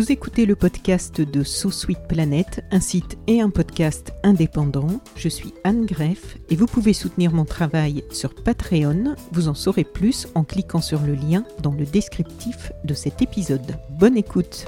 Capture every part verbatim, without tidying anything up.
Vous écoutez le podcast de So Sweet Planet, un site et un podcast indépendant. Je suis Anne Greff et vous pouvez soutenir mon travail sur Patreon. Vous en saurez plus en cliquant sur le lien dans le descriptif de cet épisode. Bonne écoute.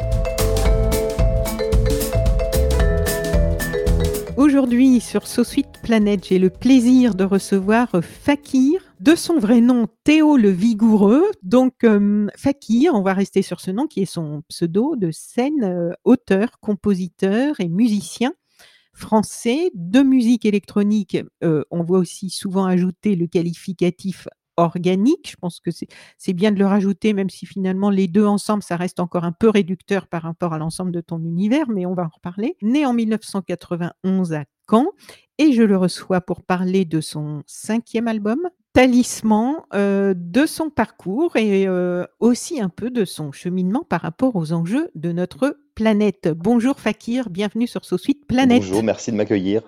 Aujourd'hui, sur So Sweet Planet, j'ai le plaisir de recevoir Fakir, de son vrai nom Théo le Vigoureux. Donc, euh, Fakir, on va rester sur ce nom qui est son pseudo de scène, euh, auteur, compositeur et musicien français de musique électronique. Euh, on voit aussi souvent ajouter le qualificatif organique. Je pense que c'est, c'est bien de le rajouter, même si finalement les deux ensemble, ça reste encore un peu réducteur par rapport à l'ensemble de ton univers, mais on va en reparler. Né en dix-neuf cent quatre-vingt-onze à Caen, et je le reçois pour parler de son cinquième album, Talisman, euh, de son parcours et euh, aussi un peu de son cheminement par rapport aux enjeux de notre planète. Bonjour Fakir, bienvenue sur So Sweet Planet. Bonjour, merci de m'accueillir.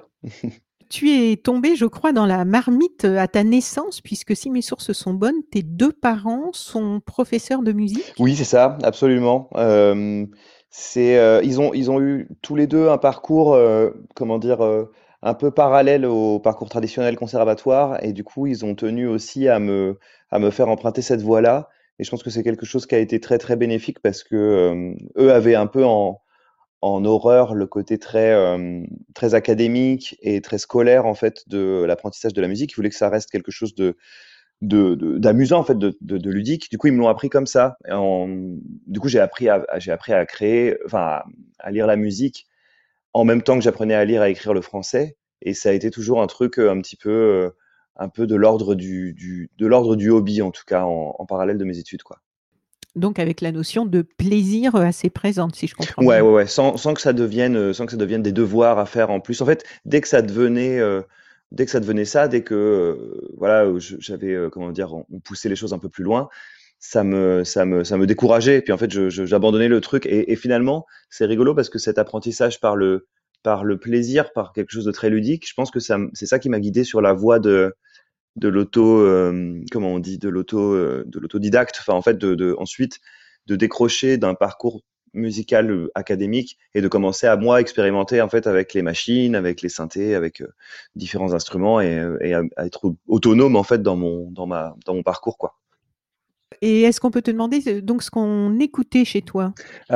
Tu es tombé, je crois, dans la marmite à ta naissance, puisque si mes sources sont bonnes, tes deux parents sont professeurs de musique. Oui, c'est ça, absolument. Euh, c'est, euh, ils ont, ils ont eu tous les deux un parcours, euh, comment dire, euh, un peu parallèle au parcours traditionnel conservatoire, et du coup, ils ont tenu aussi à me, à me faire emprunter cette voie-là. Et je pense que c'est quelque chose qui a été très, très bénéfique parce que euh, eux avaient un peu en, en horreur le côté très, euh, très académique et très scolaire en fait de l'apprentissage de la musique. Ils voulaient que ça reste quelque chose de de, de- d'amusant en fait, de, de, de ludique. Du coup, ils me l'ont appris comme ça. Et en- du coup, j'ai appris à, j'ai appris à créer, enfin, à, à lire la musique en même temps que j'apprenais à lire et à écrire le français. Et ça a été toujours un truc euh, un petit peu, euh, un peu de l'ordre du, du, de l'ordre du hobby en tout cas, en, en parallèle de mes études, quoi. Donc, avec la notion de plaisir assez présente, si je comprends Ouais, bien. ouais, ouais, sans, sans que ça devienne, euh, sans que ça devienne des devoirs à faire en plus. En fait, dès que ça devenait, euh, dès que ça devenait ça, dès que, euh, voilà, euh, je- j'avais, euh, comment dire, on, on poussait les choses un peu plus loin, ça me, ça me, ça me décourageait. Et puis en fait, je, je- j'abandonnais le truc. Et, et finalement, c'est rigolo parce que cet apprentissage par le, par le plaisir, par quelque chose de très ludique, je pense que ça, m- c'est ça qui m'a guidé sur la voie de, de l'auto, euh, comment on dit, de l'auto, euh, de l'autodidacte. Enfin, en fait, de, de ensuite de décrocher d'un parcours musical euh, académique et de commencer à moi expérimenter en fait avec les machines, avec les synthés, avec euh, différents instruments et, euh, et à, à être autonome en fait dans mon dans ma dans mon parcours, quoi. Et est-ce qu'on peut te demander euh, donc ce qu'on écoutait chez toi?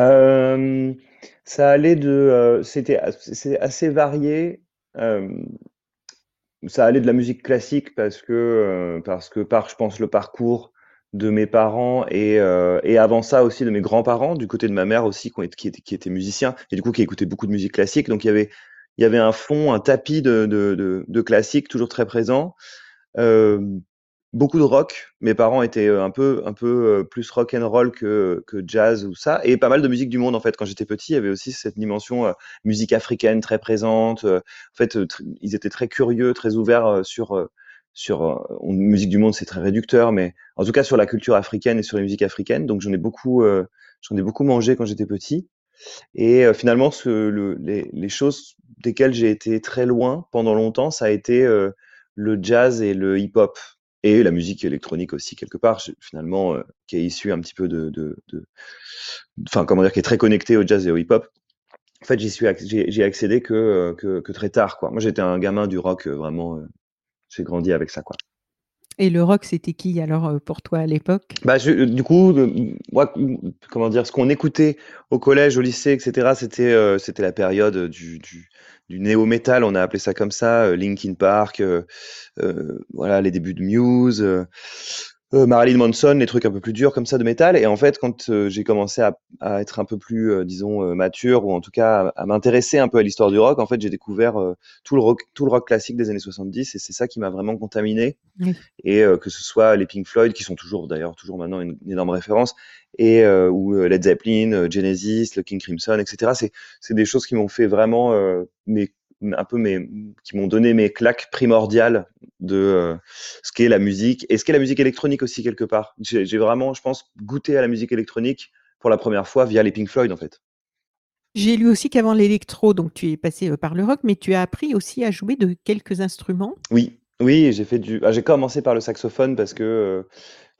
Euh, Ça allait de euh, c'était c'est assez varié. Euh, Ça allait de la musique classique parce que, euh, parce que par, je pense, le parcours de mes parents et, euh, et avant ça aussi de mes grands-parents, du côté de ma mère aussi, qui, ont été- qui, étaient, qui étaient musiciens et du coup qui écoutaient beaucoup de musique classique. Donc il y avait, il y avait un fond, un tapis de, de, de, de classique toujours très présent. Euh, Beaucoup de rock. Mes parents étaient euh, un peu, un peu euh, plus rock and roll que, que jazz ou ça, et pas mal de musique du monde en fait. Quand j'étais petit, il y avait aussi cette dimension euh, musique africaine très présente. Euh, en fait, euh, tr- ils étaient très curieux, très ouverts euh, sur euh, sur euh, on- musique du monde, c'est très réducteur, mais en tout cas sur la culture africaine et sur les musiques africaines. Donc j'en ai beaucoup, euh, j'en ai beaucoup mangé quand j'étais petit. Et euh, finalement, ce, le, les, les choses desquelles j'ai été très loin pendant longtemps, ça a été euh, le jazz et le hip-hop. Et la musique électronique aussi, quelque part, je- finalement, euh, qui est issue un petit peu de, de, de- enfin, comment dire, qui est très connectée au jazz et au hip-hop. En fait, j'y suis, acc- j'ai j'ai accédé que, euh, que, que très tard, quoi. Moi, j'étais un gamin du rock, euh, vraiment, euh, j'ai grandi avec ça, quoi. Et le rock, c'était qui alors euh, pour toi à l'époque? Bah, je, du coup, euh, moi, comment dire, ce qu'on écoutait au collège, au lycée, et cetera, c'était euh, c'était la période du, du, du néo-metal, on a appelé ça comme ça, euh, Linkin Park, euh, euh, voilà, les débuts de Muse, euh, euh, Marilyn Manson, les trucs un peu plus durs comme ça de métal. Et en fait, quand euh, j'ai commencé à, à être un peu plus, euh, disons, euh, mature, ou en tout cas à, à m'intéresser un peu à l'histoire du rock, en fait, j'ai découvert euh, tout le rock, tout le rock classique des années soixante-dix, et c'est ça qui m'a vraiment contaminé. Oui. Et euh, que ce soit les Pink Floyd, qui sont toujours d'ailleurs toujours maintenant une, une énorme référence, et euh, ou euh, Led Zeppelin, euh, Genesis, le King Crimson, et cetera. C'est c'est des choses qui m'ont fait vraiment euh, mes un peu mes qui m'ont donné mes claques primordiales de euh, ce qu'est la musique et ce qu'est la musique électronique aussi quelque part. J'ai j'ai vraiment, je pense, goûté à la musique électronique pour la première fois via les Pink Floyd en fait. J'ai lu aussi qu'avant l'électro, donc tu es passé euh, par le rock, mais tu as appris aussi à jouer de quelques instruments. Oui, oui, j'ai fait du. Ah, j'ai commencé par le saxophone parce que euh,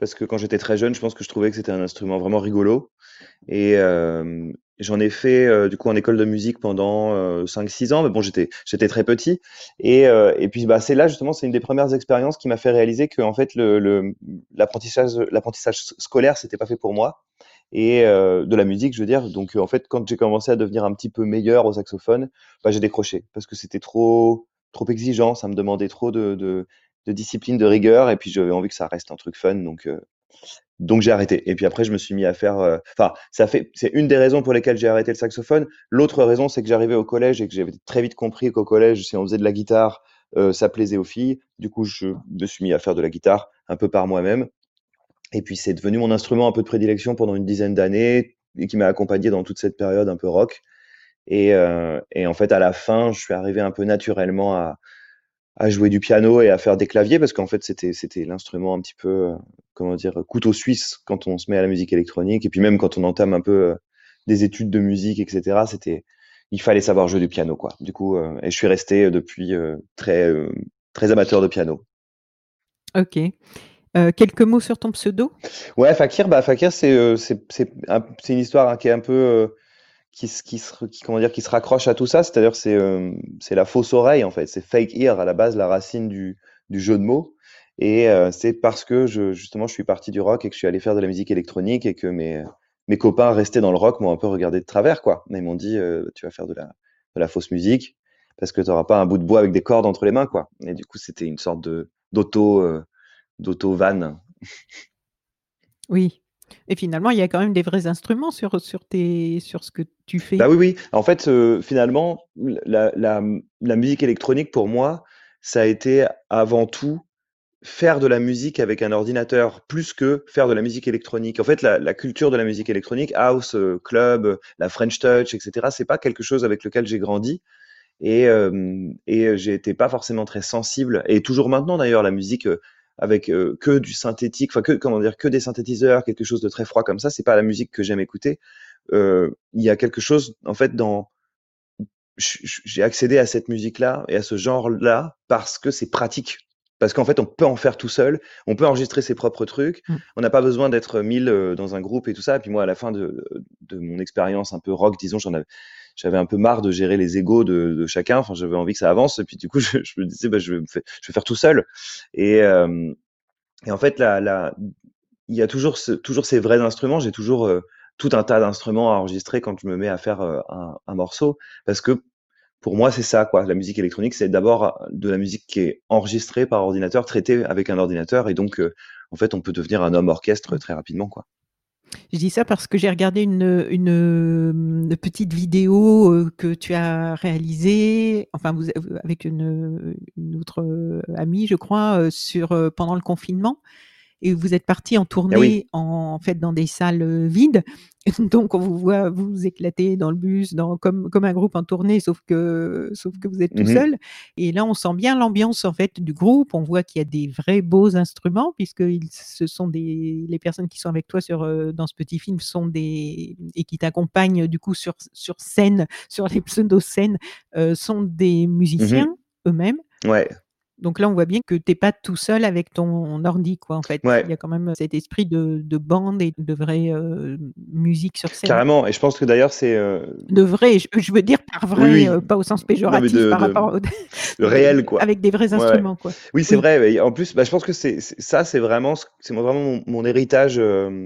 parce que quand j'étais très jeune, je pense que je trouvais que c'était un instrument vraiment rigolo. Et euh, j'en ai fait euh, du coup en école de musique pendant euh, cinq six ans, mais bon, j'étais j'étais très petit. Et, euh, et puis bah, c'est là justement, c'est une des premières expériences qui m'a fait réaliser que en fait le, le- l'apprentissage l'apprentissage scolaire, c'était pas fait pour moi. Et euh, de la musique, je veux dire. Donc euh, en fait, quand j'ai commencé à devenir un petit peu meilleur au saxophone, bah, j'ai décroché parce que c'était trop trop exigeant, ça me demandait trop de, de, de discipline, de rigueur, et puis j'avais envie que ça reste un truc fun. Donc euh, donc j'ai arrêté. Et puis après, je me suis mis à faire. euh, Enfin, ça fait. C'est une des raisons pour lesquelles j'ai arrêté le saxophone. L'autre raison, c'est que j'arrivais au collège et que j'avais très vite compris qu'au collège, si on faisait de la guitare, euh, ça plaisait aux filles. Du coup, je me suis mis à faire de la guitare un peu par moi-même. Et puis c'est devenu mon instrument un peu de prédilection pendant une dizaine d'années et qui m'a accompagné dans toute cette période un peu rock. Et, euh, et en fait, à la fin, je suis arrivé un peu naturellement à, à jouer du piano et à faire des claviers parce qu'en fait c'était c'était l'instrument un petit peu euh, comment dire couteau suisse quand on se met à la musique électronique et puis même quand on entame un peu euh, des études de musique, etc., c'était il fallait savoir jouer du piano, quoi. Du coup euh, et je suis resté euh, depuis euh, très euh, très amateur de piano. OK. Heu, quelques mots sur ton pseudo? Ouais, Fakir, bah Fakir, c'est euh, c'est c'est un- c'est une histoire, hein, qui est un peu euh, qui, se- qui, se, qui, comment dire, qui se raccroche à tout ça, c'est-à-dire c'est euh, c'est la fausse oreille en fait, c'est fake ear à la base, la racine du, du jeu de mots. Et euh, c'est parce que je, justement je suis parti du rock et que je suis allé faire de la musique électronique et que mes, mes copains restés dans le rock m'ont un peu regardé de travers, quoi. Mais ils m'ont dit euh, tu vas faire de la, de la fausse musique parce que tu n'auras pas un bout de bois avec des cordes entre les mains, quoi. Et du coup c'était une sorte de d'auto euh, d'auto vanne. Oui, et finalement, il y a quand même des vrais instruments sur sur tes sur ce que tu Bah fais? oui, oui. En fait, heu, finalement, la la la musique électronique pour moi, ça a été avant tout faire de la musique avec un ordinateur, plus que faire de la musique électronique. En fait, la la culture de la musique électronique, house, heu, club, heu, la French touch et cetera, c'est pas quelque chose avec lequel j'ai grandi. Et hem et heu, j'ai été pas forcément très sensible, et toujours maintenant d'ailleurs, la musique, heu, avec, heu, que du synthétique, enfin que comment dire? Que des synthétiseurs, quelque chose de très froid comme ça, c'est pas la musique que j'aime écouter. Heu, il y a quelque chose en fait dans j j j'ai accédé à cette musique-là et à ce genre-là parce que c'est pratique. Parce qu'en fait, on peut en faire tout seul, on peut enregistrer ses propres trucs, Mmh. on n'a pas besoin d'être mille, heu, dans un groupe et tout ça. Et puis moi, à la fin de de mon expérience un peu rock, disons, j'en avais j'avais un peu marre de gérer les égos de de chacun. Enfin, j'avais envie que ça avance, et puis du coup, je je me disais: «Bah, je vais me fai je vais faire tout seul». Et hem et en fait, la la il y a toujours ce toujours ces vrais instruments. J'ai toujours, heu, tout un tas d'instruments à enregistrer quand je me mets à faire, heu, un un morceau, parce que pour moi, c'est ça, quoi. La musique électronique, c'est d'abord de la musique qui est enregistrée par ordinateur, traitée avec un ordinateur, et donc, heu, en fait, on peut devenir un homme orchestre Mmh. très rapidement, quoi. Je dis ça parce que j'ai regardé une, une, hem, petite vidéo, heu, que tu as réalisée, enfin vous avec une, une autre, heu, amie je crois, heu, sur, heu, pendant le confinement. Et vous êtes partis en Ah oui. tournée, en fait, dans des salles, heu, vides. Donc on vous voit vous éclater dans le bus, dans comme comme un groupe en tournée, sauf que sauf que vous êtes tout Mmh mh. seul. Et là, on sent bien l'ambiance, en fait, du groupe. On voit qu'il y a des vrais beaux instruments puisqu'ils ce sont des les personnes qui sont avec toi sur, heu, dans ce petit film sont des et qui t'accompagnent, du coup, sur sur scène, sur les pseudo-scènes, heu, sont des Mmh. musiciens eux-mêmes. Ouais, Donc là, on voit bien que tu es pas tout seul avec ton ordi, quoi, en fait. ouais, Il y a quand même cet esprit de de bande et de vraie, heu, musique sur scène. carrément. Et je pense que d'ailleurs c'est, heu De vrai, je je veux dire par oui, vrai, oui. heu, pas au sens Non, mais péjoratif de par de rapport au le de réel, quoi. avec des vrais Ouais. instruments, quoi. Oui, c'est Oui. vrai, et en plus, bah, je pense que c'est c'est ça, c'est vraiment ce c'est mon vraiment mon mon héritage, hem,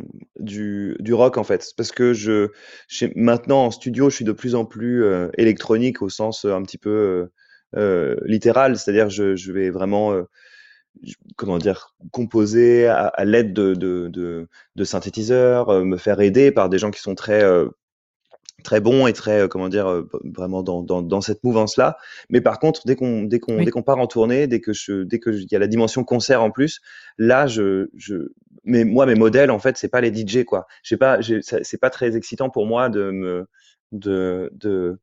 du du rock, en fait. Parce que je j'ai maintenant en studio, je suis de plus en plus, heu, électronique au sens, heu, un petit peu, heu heu, littéral. C'est-à-dire je je vais vraiment, heu, j comment dire? Composer à à l'aide de de de de synthétiseurs, heu, me faire aider par des gens qui sont très, heu très bon et très, heu, comment dire? Heu, vraiment dans dans dans cette mouvance-là. Mais par contre, dès qu'on dès qu'on dès Oui. qu'on part en tournée, dès que je dès que il y a la dimension concert en plus, là, je je mais moi, mes modèles, en fait, c'est pas les D J, quoi. J'ai pas j'ai c'est c'est pas très excitant pour moi de me de de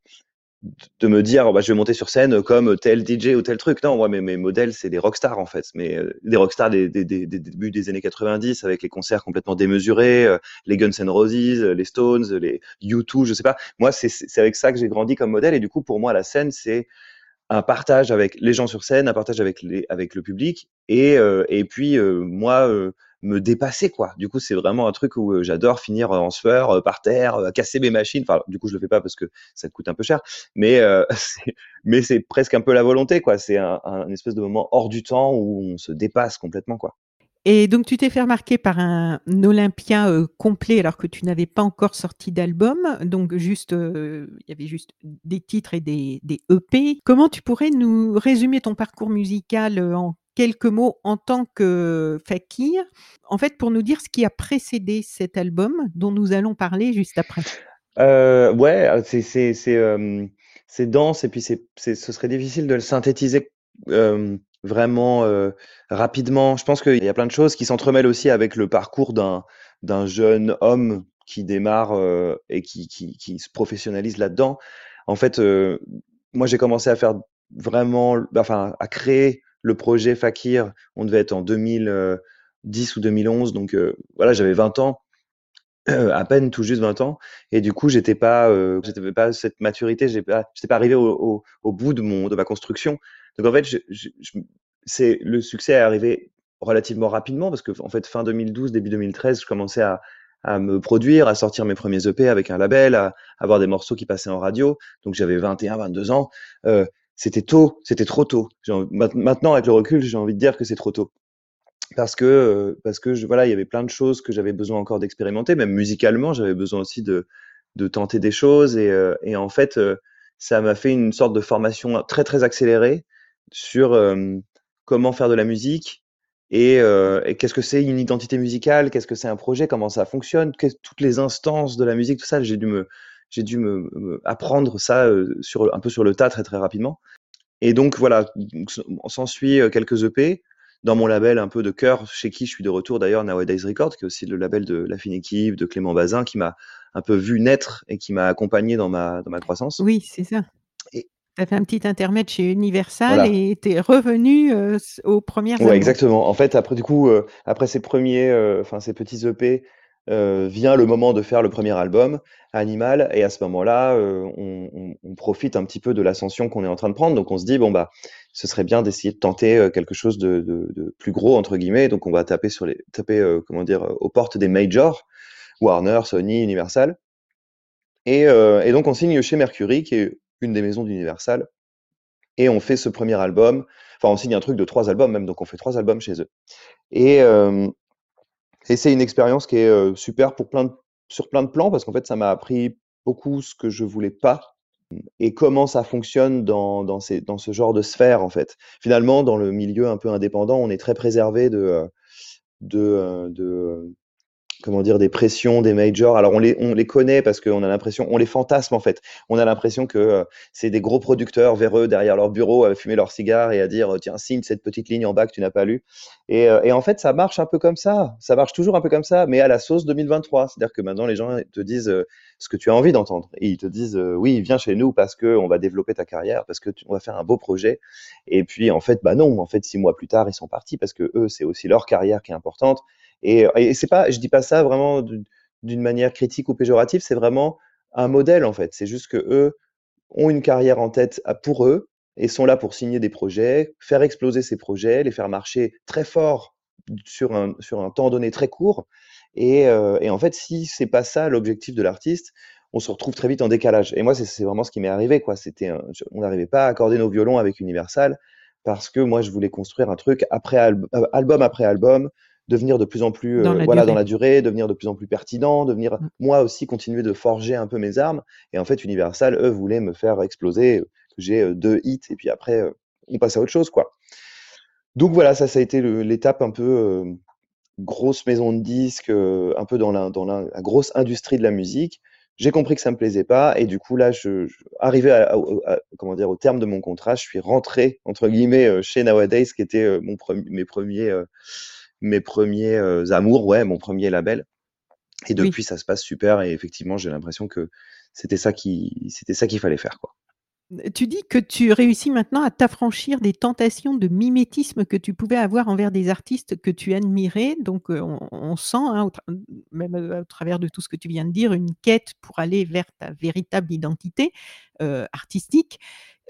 de me dire: «Oh bah, je vais monter sur scène comme tel D J ou tel truc». Non, moi, mes mes modèles, c'est des rockstars, en fait, mais heu, des rockstars des des des des débuts des années quatre-vingt-dix, avec les concerts complètement démesurés, heu, les Guns N' Roses, les Stones, les U deux, je sais pas. Moi, c'est c'est c'est avec ça que j'ai grandi comme modèle, et du coup, pour moi, la scène, c'est un partage avec les gens sur scène, un partage avec les avec le public, et heu et puis, heu, moi, heu, me dépasser, quoi. Du coup, c'est vraiment un truc où euh, j'adore finir en sueur, euh, par terre, euh, casser mes machines. Enfin, du coup, je le fais pas parce que ça coûte un peu cher, mais euh, c'est, mais c'est presque un peu la volonté, quoi. C'est un, un espèce de moment hors du temps où on se dépasse complètement, quoi. Et donc tu t'es fait remarquer par un Olympia, heu, complet alors que tu n'avais pas encore sorti d'album, donc juste, heu, il y avait juste des titres et des des E P. Comment tu pourrais nous résumer ton parcours musical, heu, en quelques mots en tant que Fakir? En fait, pour nous dire ce qui a précédé cet album dont nous allons parler juste après. Heu, ouais, heu, c'est c'est c'est, hem, c'est dense et puis c'est c'est ce serait difficile de le synthétiser, hem, vraiment, heu, rapidement. Je pense qu'il y a plein de choses qui s'entremêlent aussi avec le parcours d'un d'un jeune homme qui démarre, heu et qui qui qui se professionnalise là-dedans. En fait, heu, moi, j'ai commencé à faire vraiment bah, enfin, à créer le projet Fakir, on devait être en deux mille dix ou deux mille onze, donc heu, voilà, j'avais vingt ans. Heu, à peine tout juste vingt ans et du coup, j'étais pas, heu, j'avais pas cette maturité, j'ai pas j'étais pas arrivé au au au bout de mon de ma construction. Donc en fait, je je je c'est le succès est arrivé relativement rapidement parce qu'en fait, fin deux mille douze, début deux mille treize, je commençais à à me produire, à sortir mes premiers E P avec un label, à avoir des morceaux qui passaient en radio. Donc j'avais vingt et un vingt-deux ans. Heu, c'était tôt, c'était trop tôt. J'ai env maint maintenant, avec le recul, j'ai envie de dire que c'est trop tôt. Parce que, heu, parce que je voilà, il y avait plein de choses que j'avais besoin encore d'expérimenter, même musicalement, j'avais besoin aussi de de tenter des choses et heu et en fait, heu, ça m'a fait une sorte de formation très, très accélérée sur, hem, comment faire de la musique et heu et qu'est-ce que c'est une identité musicale? Qu'est-ce que c'est un projet? Comment ça fonctionne? Qu'est toutes les instances de la musique, tout ça, j'ai dû me j'ai dû me me apprendre ça, heu, sur un peu sur le tas, très, très rapidement. Et donc voilà, donc s s'ensuit, heu, quelques E P dans mon label un peu de cœur, chez qui je suis de retour d'ailleurs, Nowadays Records, qui est aussi le label de La Fine Équipe, de Clément Bazin, qui m'a un peu vu naître et qui m'a accompagné dans ma dans ma croissance. Oui, c'est ça. Et Tu as fait un petit intermède chez Universal voilà. et tu es revenu, heu, s aux premières Ouais, amours. exactement. En fait, après du coup, heu, après ces premiers, heu, enfin ces petits E P, heu, vient le moment de faire le premier album, Animal et à ce moment-là, heu, on on on profite un petit peu de l'ascension qu'on est en train de prendre. Donc on se dit: «Bon, bah, ce serait bien d'essayer de tenter, heu, quelque chose de de de «plus gros» entre guillemets». Donc on va taper sur les taper, heu, comment dire? Heu, aux portes des majors, Warner, Sony, Universal et heu et donc on signe chez Mercury, qui est une des maisons d'Universal et on fait ce premier album. Enfin, on signe un truc de trois albums même, donc on fait trois albums chez eux. Et, hem, et c'est une expérience qui est, heu, super pour plein de sur plein de plans parce qu'en fait, ça m'a appris beaucoup ce que je voulais pas et comment ça fonctionne dans dans ces dans ce genre de sphère, en fait. Finalement, dans le milieu un peu indépendant, on est très préservé de, heu, de, heu, de, comment dire? Des pressions des majors. Alors on les on les connaît parce qu'on a l'impression on les fantasme en fait. On a l'impression que, heu, c'est des gros producteurs véreux derrière leur bureau à fumer leurs cigares et à dire, heu: «Tiens, signe cette petite ligne en bas que tu n'as pas lue» et heu et en fait, ça marche un peu comme ça. Ça marche toujours un peu comme ça, mais à la sauce deux mille vingt-trois. C'est-à-dire que maintenant les gens te disent, heu, ce que tu as envie d'entendre et ils te disent, heu: «Oui, viens chez nous parce qu'on va développer ta carrière, parce que tu on va faire un beau projet» et puis en fait, bah non, en fait six mois plus tard, ils sont partis parce qu'eux, c'est aussi leur carrière qui est importante et, et c'est pas, je dis pas ça vraiment d'une d'une manière critique ou péjorative, c'est vraiment un modèle en fait. C'est juste que eux ont une carrière en tête à- pour eux et sont là pour signer des projets, faire exploser ces projets, les faire marcher très fort sur un, sur un temps donné très court. Et, euh, et en fait, si c'est pas ça l'objectif de l'artiste, on se retrouve très vite en décalage. Et moi, c'est c'est vraiment ce qui m'est arrivé, quoi. C'était, un- je- on n'arrivait pas à accorder nos violons avec Universal parce que moi, je voulais construire un truc après alb- euh, album après album, devenir de plus en plus, Dans euh, la voilà, dans durée. la durée, devenir de plus en plus pertinent, devenir Mmh. moi aussi continuer de forger un peu mes armes. Et en fait, Universal, eux, voulaient me faire exploser, euh, que j'ai euh, deux hits et puis après, euh, on passe à autre chose, quoi. Donc voilà, ça, ça a été le- l'étape un peu euh, grosse maison de disques, euh, un peu dans la, dans la, la grosse industrie de la musique. J'ai compris que ça me plaisait pas et du coup là, je, je arrivé à, à- à- comment dire, au terme de mon contrat, je suis rentré entre guillemets euh, chez Nowadays, qui était euh, mon premier, mes premiers, euh, mes premiers euh, amours, ouais, mon premier label. Et Oui. depuis, ça se passe super et effectivement, j'ai l'impression que c'était ça qui, c'était ça qu'il fallait faire, quoi. Tu dis que tu réussis maintenant à t'affranchir des tentations de mimétisme que tu pouvais avoir envers des artistes que tu admirais. Donc, heu, on on sent, hein, au tra même, heu, au travers de tout ce que tu viens de dire, une quête pour aller vers ta véritable identité, heu, artistique.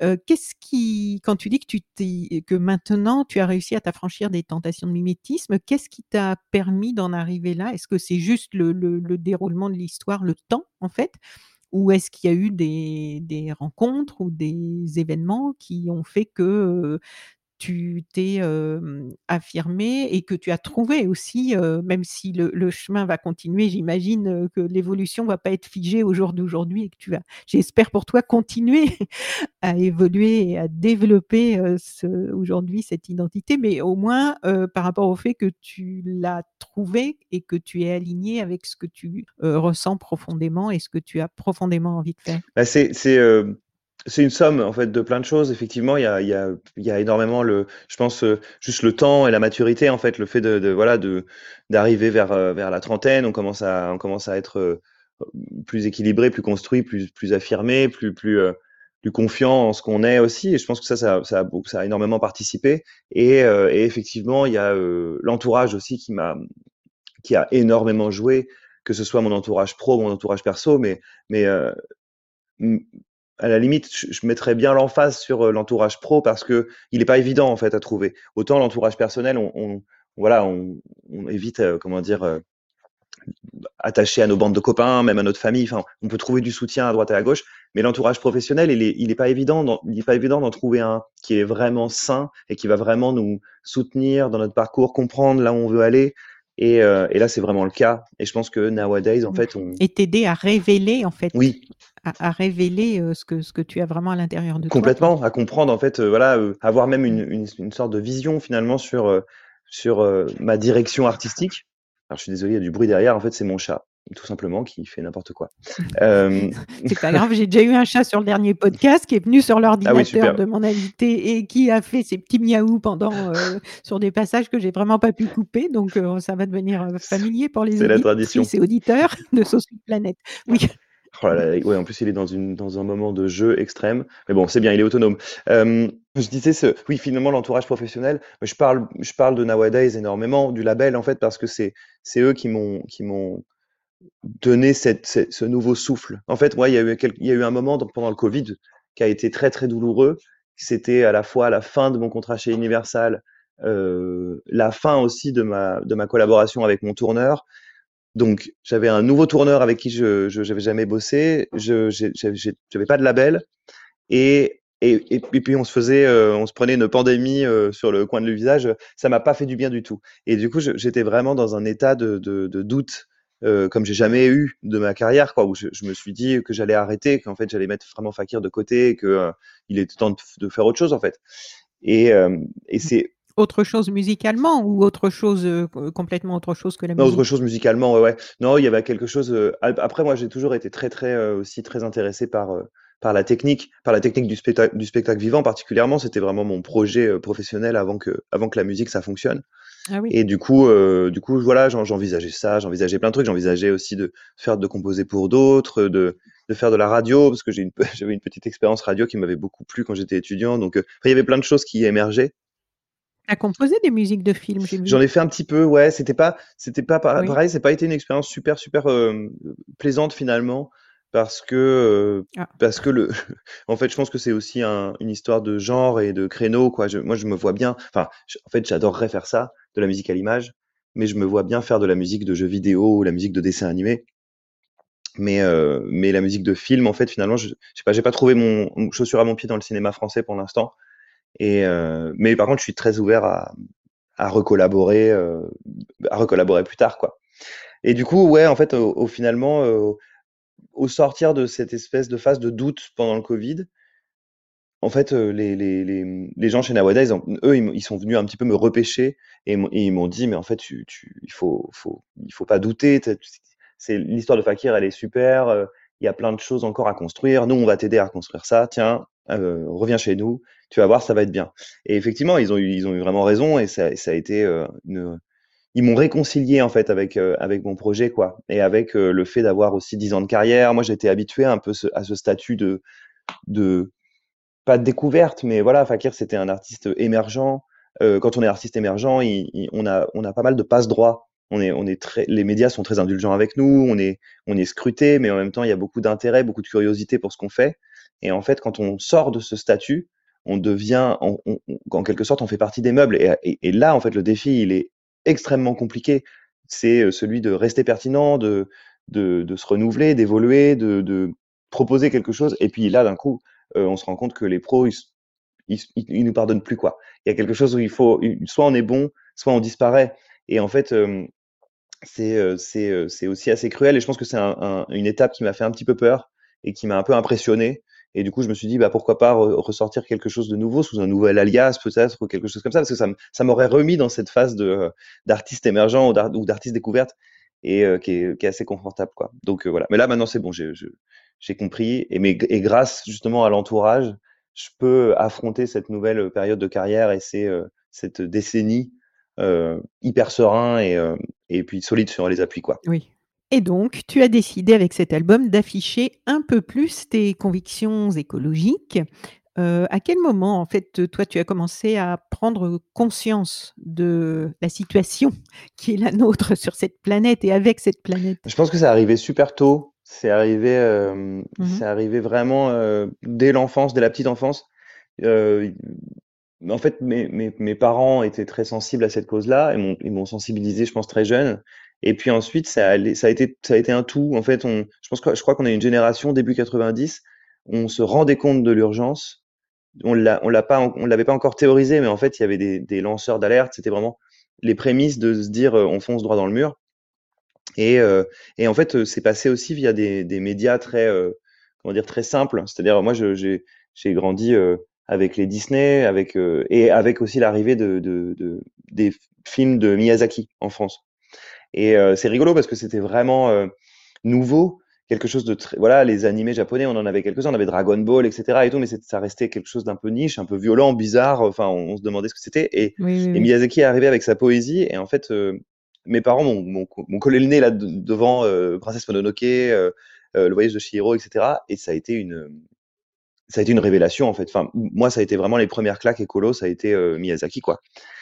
heu, qu'est-ce qui quand tu dis que tu t'es que maintenant tu as réussi à t'affranchir des tentations de mimétisme, qu'est-ce qui t'a permis d'en arriver là? Est-ce que c'est juste le le le déroulement de l'histoire, le temps, en fait? Ou est-ce qu'il y a eu des des rencontres ou des événements qui ont fait que, heu, tu t'es, hem, affirmé et que tu as trouvé aussi, heu, même si le le chemin va continuer, j'imagine, heu, que l'évolution va pas être figée au jour d'aujourd'hui et que tu vas, j'espère pour toi, continuer à évoluer et à développer, heu, ce aujourd'hui cette identité, mais au moins, heu, par rapport au fait que tu l'as trouvé et que tu es aligné avec ce que tu, heu, ressens profondément et ce que tu as profondément envie de faire. Bah, c'est c'est, heu, c'est une somme, en fait, de plein de choses. Effectivement, il y a il y a il y a énormément le je pense, heu, juste le temps et la maturité, en fait, le fait de de voilà, de d'arriver vers, heu, vers la trentaine, on commence à on commence à être, heu, plus équilibré, plus construit, plus plus affirmé, plus plus, heu, plus confiant en ce qu'on est aussi et je pense que ça ça ça a beau ça a énormément participé et heu et effectivement, il y a, heu, l'entourage aussi qui m'a qui a énormément joué, que ce soit mon entourage pro, mon entourage perso, mais mais heu, mmh, à la limite, je je mettrais bien l'emphase sur, heu, l'entourage pro parce qu'il est pas évident, en fait, à trouver. Autant l'entourage personnel, on on voilà, on on est vite, heu, comment dire, heu, attaché à nos bandes de copains, même à notre famille. Enfin, on peut trouver du soutien à droite et à gauche, mais l'entourage professionnel, il est il est pas évident d'en il est pas évident d'en trouver un qui est vraiment sain et qui va vraiment nous soutenir dans notre parcours, comprendre là où on veut aller et heu et là, c'est vraiment le cas et je pense que nowadays, en Mmh, fait, on et t'aider à révéler, en fait, oui. à à révéler, heu, ce que ce que tu as vraiment à l'intérieur de toi, quoi. Complètement, à comprendre en fait, heu, voilà, heu, avoir même une Mmh. une une sorte de vision finalement sur, heu, sur, heu, ma direction artistique. Alors je suis désolé, il y a du bruit derrière, en fait, c'est mon chat, tout simplement, qui fait n'importe quoi. Hem, C'est pas grave, j'ai déjà eu un chat sur le dernier podcast qui est venu sur ah oui, l'ordinateur super. de mon invité et qui a fait ses petits miaou pendant, heu, sur des passages que j'ai vraiment pas pu couper, donc heu, ça va devenir, heu, familier pour les C'est la tradition. auditrices et auditeurs de Sauce Planète. Oui. Oh là là, ouais, en plus, il est dans une dans un moment de jeu extrême, mais bon, c'est bien, il est autonome. Hem, je disais ce oui, finalement, l'entourage professionnel, je parle je parle de Nowadays énormément, du label, en fait, parce que c'est c'est eux qui m'ont qui m'ont donné cette cette ce nouveau souffle. En fait, moi, il y a eu quel il y a eu un moment dans pendant le covid qui a été très, très douloureux. C'était à la fois la fin de mon contrat chez Universal, heu, la fin aussi de ma de ma collaboration avec mon tourneur. Donc j'avais un nouveau tourneur avec qui je je j'avais jamais bossé, je j'ai j'ai j'ai j'avais pas de label et et et et puis on se faisait, heu, on se prenait une pandémie, heu, sur le coin de le visage, ça m'a pas fait du bien du tout et du coup, je j'étais vraiment dans un état de de de doute, heu, comme j'ai jamais eu de ma carrière, quoi, où je je me suis dit que j'allais arrêter, qu'en fait, j'allais mettre vraiment Fakir de côté et que, heu, il était temps de f de faire autre chose, en fait et hem et Mmh. c'est Autre chose musicalement ou autre chose, heu, co complètement autre chose que la non, autre musique? chose musicalement, ouais, ouais. Non, il y avait quelque chose, heu, ap après moi j'ai toujours été très, très, heu, aussi très intéressé par, heu, par la technique, par la technique du spectacle du spectacle vivant particulièrement. C'était vraiment mon projet, heu, professionnel avant que avant que la musique ça fonctionne Ah oui. et du coup, heu, du coup voilà, j'en j'envisageais ça, j'envisageais plein de trucs. J'envisageais aussi de faire de composer pour d'autres, de de faire de la radio parce que j'ai une p j'avais une petite expérience radio qui m'avait beaucoup plu quand j'étais étudiant donc, heu, enfin il y avait plein de choses qui émergeaient. Tu as composé des musiques de films, j'ai J'en vu. ai fait un petit peu, ouais, c'était pas c'était pas pa Oui. pareil, c'est pas été une expérience super, super, hem, plaisante finalement parce que, heu, Ah. parce que le en fait, je pense que c'est aussi un une histoire de genre et de créneau, quoi. Je moi, je me vois bien enfin, j en fait, j'adorerais faire ça, de la musique à l'image, mais je me vois bien faire de la musique de jeux vidéo ou la musique de dessin animé. Mais, heu, mais la musique de film, en fait, finalement, je je sais pas, j'ai pas trouvé mon mon chaussure à mon pied dans le cinéma français pour l'instant et heu, mais par contre, je suis très ouvert à à recollaborer, heu, à recollaborer plus tard, quoi. Et du coup, ouais, en fait, au au finalement, heu, au sortir de cette espèce de phase de doute pendant le covid, en fait, heu, les les les, mmh, les gens chez Nawada, ils ont eux, ils m'ont ils sont venus un petit peu me repêcher et m'ont et ils m'ont dit: «Mais en fait, tu tu il faut faut il faut pas douter, tu c'est l'histoire de Fakir, elle est super, heu, il y a plein de choses encore à construire. Nous, on va t'aider à construire ça. Tiens, heu, reviens chez nous, tu vas voir, ça va être bien» et effectivement, ils ont eu ils ont eu vraiment raison et ça ça a été, heu, une ils m'ont réconcilié en fait avec, heu, avec mon projet quoi et avec, heu, le fait d'avoir aussi dix ans de carrière. Moi, j'étais habitué un peu ce à ce statut de de pas de découverte, mais voilà, Fakir, c'était un artiste émergent. Heu, quand on est artiste émergent, i i on a on a pas mal de passe-droits. On est on est très les médias sont très indulgents avec nous, on est on est scrutés, mais en même temps, il y a beaucoup d'intérêt, beaucoup de curiosité pour ce qu'on fait Et en fait, quand on sort de ce statut, on devient, on, on, en quelque sorte, on fait partie des meubles. Et, et, et là, en fait, le défi, il est extrêmement compliqué. C'est celui de rester pertinent, de, de, de se renouveler, d'évoluer, de, de proposer quelque chose. Et puis là, d'un coup, euh, on se rend compte que les pros, ils, ils, ils nous pardonnent plus, quoi. Il y a quelque chose où il faut, soit on est bon, soit on disparaît. Et en fait, euh, c'est euh, c'est euh, c'est aussi assez cruel. Et je pense que c'est un, un, une étape qui m'a fait un petit peu peur et qui m'a un peu impressionné. Et du coup, je me suis dit, bah, pourquoi pas re- ressortir quelque chose de nouveau sous un nouvel alias, peut-être, ou quelque chose comme ça, parce que ça, m- ça m'aurait remis dans cette phase de euh, d'artiste émergent ou d'ar- ou d'artiste découverte et euh, qui est, qui est assez confortable, quoi. Donc euh, voilà. Mais là, maintenant, c'est bon, j'ai je- j'ai compris. Et, mais, et grâce justement à l'entourage, je peux affronter cette nouvelle période de carrière et c'est euh, cette décennie euh, hyper serein et, euh, et puis solide sur les appuis, quoi. Oui. Et donc, tu as décidé avec cet album d'afficher un peu plus tes convictions écologiques. Heu, à quel moment, en fait, toi, tu as commencé à prendre conscience de la situation qui est la nôtre sur cette planète et avec cette planète? Je pense que c'est arrivé super tôt. C'est arrivé, hem, Mmh mh. c'est arrivé vraiment, heu, dès l'enfance, dès la petite enfance. Heu, en fait, mes mes mes parents étaient très sensibles à cette cause-là et m'ont ils m'ont sensibilisé, je pense, très jeune. Et puis ensuite, ça allait ça a été ça a été un tout. En fait, on je pense que je crois qu'on est une génération début quatre-vingt-dix, on se rendait compte de l'urgence. On l'a on l'a pas on l'avait pas encore théorisé, mais en fait, il y avait des des lanceurs d'alerte. C'était vraiment les prémices de se dire, heu: «On fonce droit dans le mur». Et, heu et en fait, heu, c'est passé aussi via des des médias très, heu, comment dire? Très simples. C'est-à-dire, moi, je j'ai j'ai grandi, heu, avec les Disney, avec, heu et avec aussi l'arrivée de de de des f films de Miyazaki en France. Et heu, c'est rigolo parce que c'était vraiment, heu, nouveau, quelque chose de très voilà, les animés japonais, on en avait quelques-uns, on avait Dragon Ball et cetera et tout, mais c'est ça restait quelque chose d'un peu niche, un peu violent, bizarre, enfin, on on se demandait ce que c'était. et Oui, oui, et oui. Miyazaki est arrivé avec sa poésie et en fait, heu, mes parents m'ont m'ont co m'ont collé le nez là de devant, heu, Princesse Mononoke, heu heu, Le Voyage de Chihiro et cetera et ça a été une, ça a été une révélation, en fait. Enfin, m moi, ça a été vraiment les premières claques écolo, ça a été, heu, Miyazaki, quoi.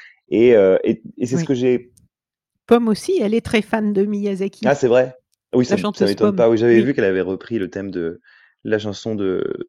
Et heu et et c'est ce Oui. que j'ai. Pomme aussi, elle est très fan de Ah, Miyazaki, c'est vrai? Oui, ça la m ça chanteuse m'étonne Pomme. pas. Oui, j'avais Oui. vu qu'elle avait repris le thème de la chanson de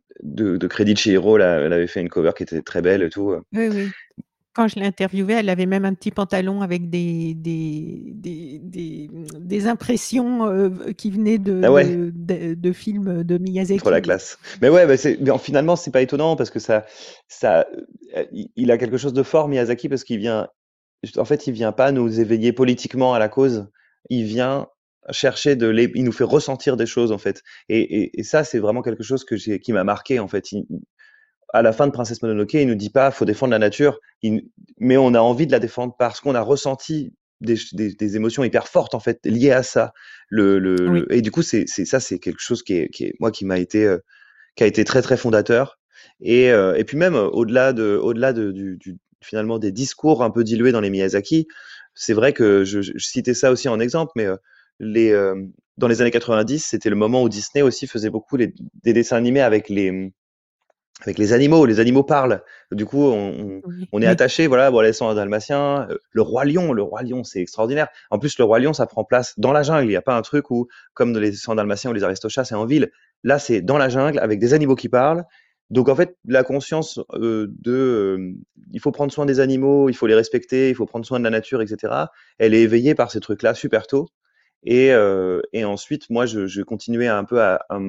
de de Credit Chihiro, là, elle avait fait une cover qui était très belle et tout, heu. Oui, oui. Quand je l'ai interviewée, elle avait même un petit pantalon avec des des des des, mmh, des impressions, heu, qui venaient de Ah ouais, de de de films de trop la Miyazaki, oui. classe. Mais ouais, bah, c'est mais en finalement, c'est pas étonnant parce que ça ça, heu, il il a quelque chose de fort Miyazaki parce qu'il vient en fait, il vient pas nous éveiller politiquement à la cause, il vient chercher de l'é il nous fait ressentir des choses, en fait. Et et et ça, c'est vraiment quelque chose que j'ai qui m'a marqué, en fait. Il À la fin de Princesse Mononoke, il nous dit pas: «Faut défendre la nature», il mais on a envie de la défendre parce qu'on a ressenti des ch des des émotions hyper fortes, en fait, liées à ça. Le le Oui. le et du coup, c'est c'est ça, c'est quelque chose qui est qui est moi, qui m'a été, heu, qui a été très, très fondateur. Et heu et puis même, heu, au-delà de au-delà de du du finalement des discours un peu dilués dans les Miyazaki, c'est vrai que je je je citais ça aussi en exemple, mais heu, les, hem, dans les années quatre-vingt-dix, c'était le moment où Disney aussi faisait beaucoup les des dessins animés avec les, mmh avec les animaux, les animaux parlent. Du coup, on, on, Oui, on est oui. attaché, voilà, bon, les cent un dalmatien, euh, le roi lion, le roi lion, c'est extraordinaire. En plus, le roi lion, ça prend place dans la jungle. Il n'y a pas un truc où, comme dans les cent dalmatiens ou les aristochats, c'est en ville. Là, c'est dans la jungle avec des animaux qui parlent. Donc, en fait, la conscience euh, de, euh, il faut prendre soin des animaux, il faut les respecter, il faut prendre soin de la nature, et cetera. Elle est éveillée par ces trucs-là super tôt. Et, euh, et ensuite, moi, je, je continuais un peu à, à,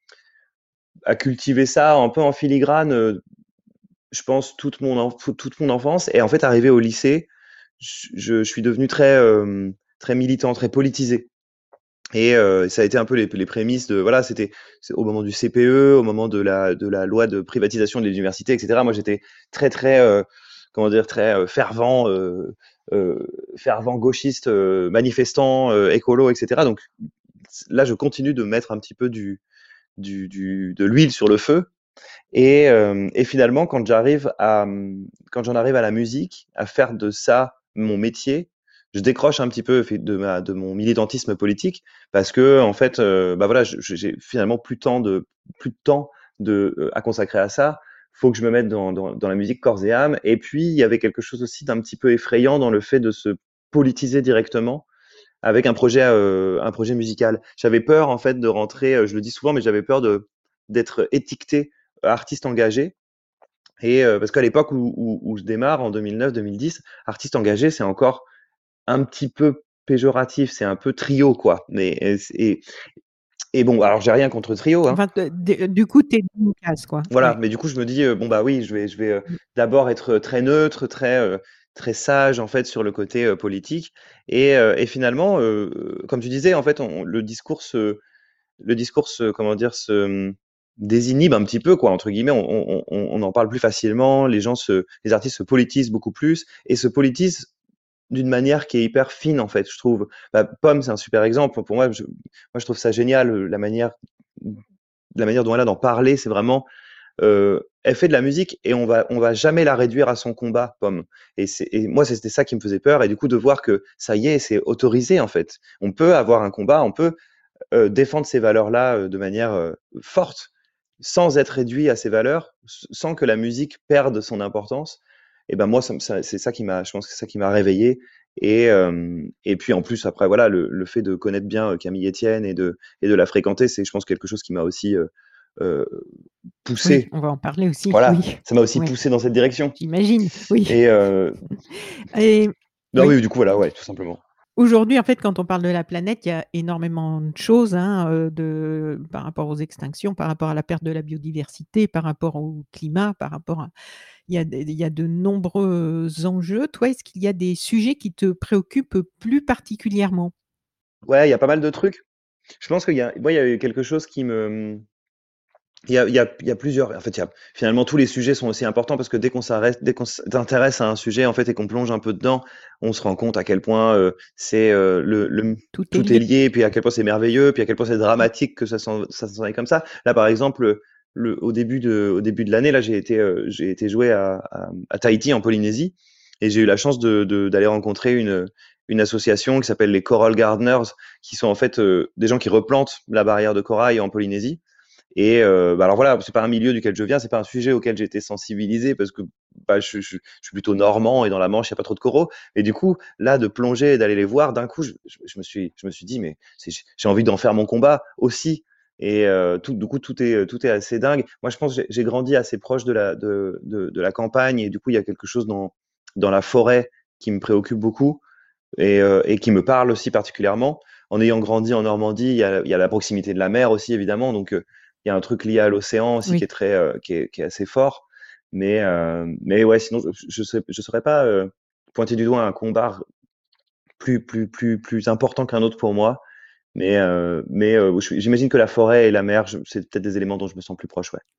à cultiver ça un peu en filigrane, euh, je pense, toute mon, enf- toute mon enfance. Et en fait, arrivé au lycée, je, je suis devenu très, euh, très militant, très politisé. Et euh, ça a été un peu les, les prémices de, voilà, c'était c'est au moment du C P E, au moment de la, de la loi de privatisation de l'université, et cetera. Moi, j'étais très, très, euh, comment dire, très euh, fervent, euh, euh, fervent gauchiste, euh, manifestant, euh, écolo, et cetera. Donc là, je continue de mettre un petit peu du, du, du, de l'huile sur le feu. Et, euh, et finalement, quand j'arrive à, quand j'en arrive à la musique, à faire de ça mon métier, je décroche un petit peu de ma, de mon militantisme politique parce que en fait, euh, bah voilà, je- je- j'ai finalement plus tant de, plus de temps de, euh, à consacrer à ça. Faut que je me mette dans, dans, dans la musique corps et âme. Et puis, il y avait quelque chose aussi d'un petit peu effrayant dans le fait de se politiser directement avec un projet, euh, un projet musical. J'avais peur en fait de rentrer, euh, je le dis souvent, mais j'avais peur de d'être étiqueté artiste engagé. Et euh, parce qu'à l'époque où, où, où je démarre, en deux mille neuf deux mille dix, artiste engagé, c'est encore un petit peu péjoratif, c'est un peu trio, quoi. Mais et, et, et bon, alors j'ai rien contre trio, hein. Enfin, de- de- du coup, tu es dans une case, quoi. Voilà, Ouais. mais du coup, je me dis, euh, bon, bah oui, je vais, je vais euh, d'abord être très neutre, très, euh, très sage, en fait, sur le côté euh, politique. Et, euh, et finalement, euh, comme tu disais, en fait, on, le discours, se, le discours se, comment dire, se hum, désinhibe un petit peu, quoi, entre guillemets. On, on, on, on en parle plus facilement, les gens se, les artistes se politisent beaucoup plus et se politisent d'une manière qui est hyper fine, en fait, je trouve. Bah, Pomme, c'est un super exemple. Pour moi, je, moi, je trouve ça génial, la manière, la manière dont elle a d'en parler, c'est vraiment euh, elle fait de la musique et on va on va jamais la réduire à son combat, Pomme. Et, c'est, et moi, c'était ça qui me faisait peur. Et du coup, de voir que ça y est, c'est autorisé en fait. On peut avoir un combat, on peut euh, défendre ces valeurs-là euh, de manière euh, forte, sans être réduit à ces valeurs, sans que la musique perde son importance. Et ben moi, ça, ça, c'est ça qui m'a, je pense que c'est ça qui m'a réveillé. Et, euh, et puis en plus, après, voilà, le, le fait de connaître bien euh, Camille Etienne et de, et de la fréquenter, c'est, je pense, quelque chose qui m'a aussi euh, euh, Oui, poussé. on va en parler aussi. Voilà, Oui, ça m'a aussi ouais, poussé dans cette direction. j'imagine. Oui. Et euh, Et non, oui. oui, du coup, voilà, ouais, tout simplement. Aujourd'hui, en fait, quand on parle de la planète, il y a énormément de choses hein, euh, de, par rapport aux extinctions, par rapport à la perte de la biodiversité, par rapport au climat, par rapport à... Il y a, il y a de nombreux enjeux. Toi, est-ce qu'il y a des sujets qui te préoccupent plus particulièrement? Ouais, il y a pas mal de trucs. Je pense qu'il y a, moi, il y a eu quelque chose qui me, il y a, il y a, il y a plusieurs. En fait, il y a, finalement, tous les sujets sont aussi importants parce que dès qu'on s'arrête, dès qu'on s'intéresse à un sujet, en fait, et qu'on plonge un peu dedans, on se rend compte à quel point euh, c'est euh, le, le, Tout est tout est lié. lié, puis à quel point c'est merveilleux, puis à quel point c'est dramatique que ça s'en, ça s'en aille comme ça. Là, par exemple, le, au début de, au début de l'année, là, j'ai été, euh, j'ai été joué à, à, à Tahiti, en Polynésie, et j'ai eu la chance de, de, d'aller rencontrer une, une association qui s'appelle les Coral Gardeners, qui sont en fait euh, des gens qui replantent la barrière de corail en Polynésie. Et euh, bah alors voilà, c'est pas un milieu duquel je viens, c'est pas un sujet auquel j'ai été sensibilisé parce que bah, je, je, je suis plutôt normand et dans la Manche il y a pas trop de coraux. Et du coup, là, de plonger et d'aller les voir, d'un coup, je, je, je me suis, je me suis dit mais c'est, j'ai envie d'en faire mon combat aussi. Et euh, tout, du coup, tout est, tout est assez dingue. Moi, je pense que j'ai, j'ai grandi assez proche de la, de, de, de la campagne et du coup, il y a quelque chose dans, dans la forêt qui me préoccupe beaucoup et, euh, et qui me parle aussi particulièrement. En ayant grandi en Normandie, il y a, il y a la proximité de la mer aussi, évidemment. Donc, euh, il y a un truc lié à l'océan aussi qui est Oui. très, euh, qui est, qui est assez fort. Mais, euh, mais ouais, sinon, je, je serais, je serais pas euh, pointé du doigt un combat plus, plus, plus, plus important qu'un autre pour moi. Mais, euh, mais euh, je- j'imagine que la forêt et la mer, je- c'est peut-être des éléments dont je me sens plus proche, ouais.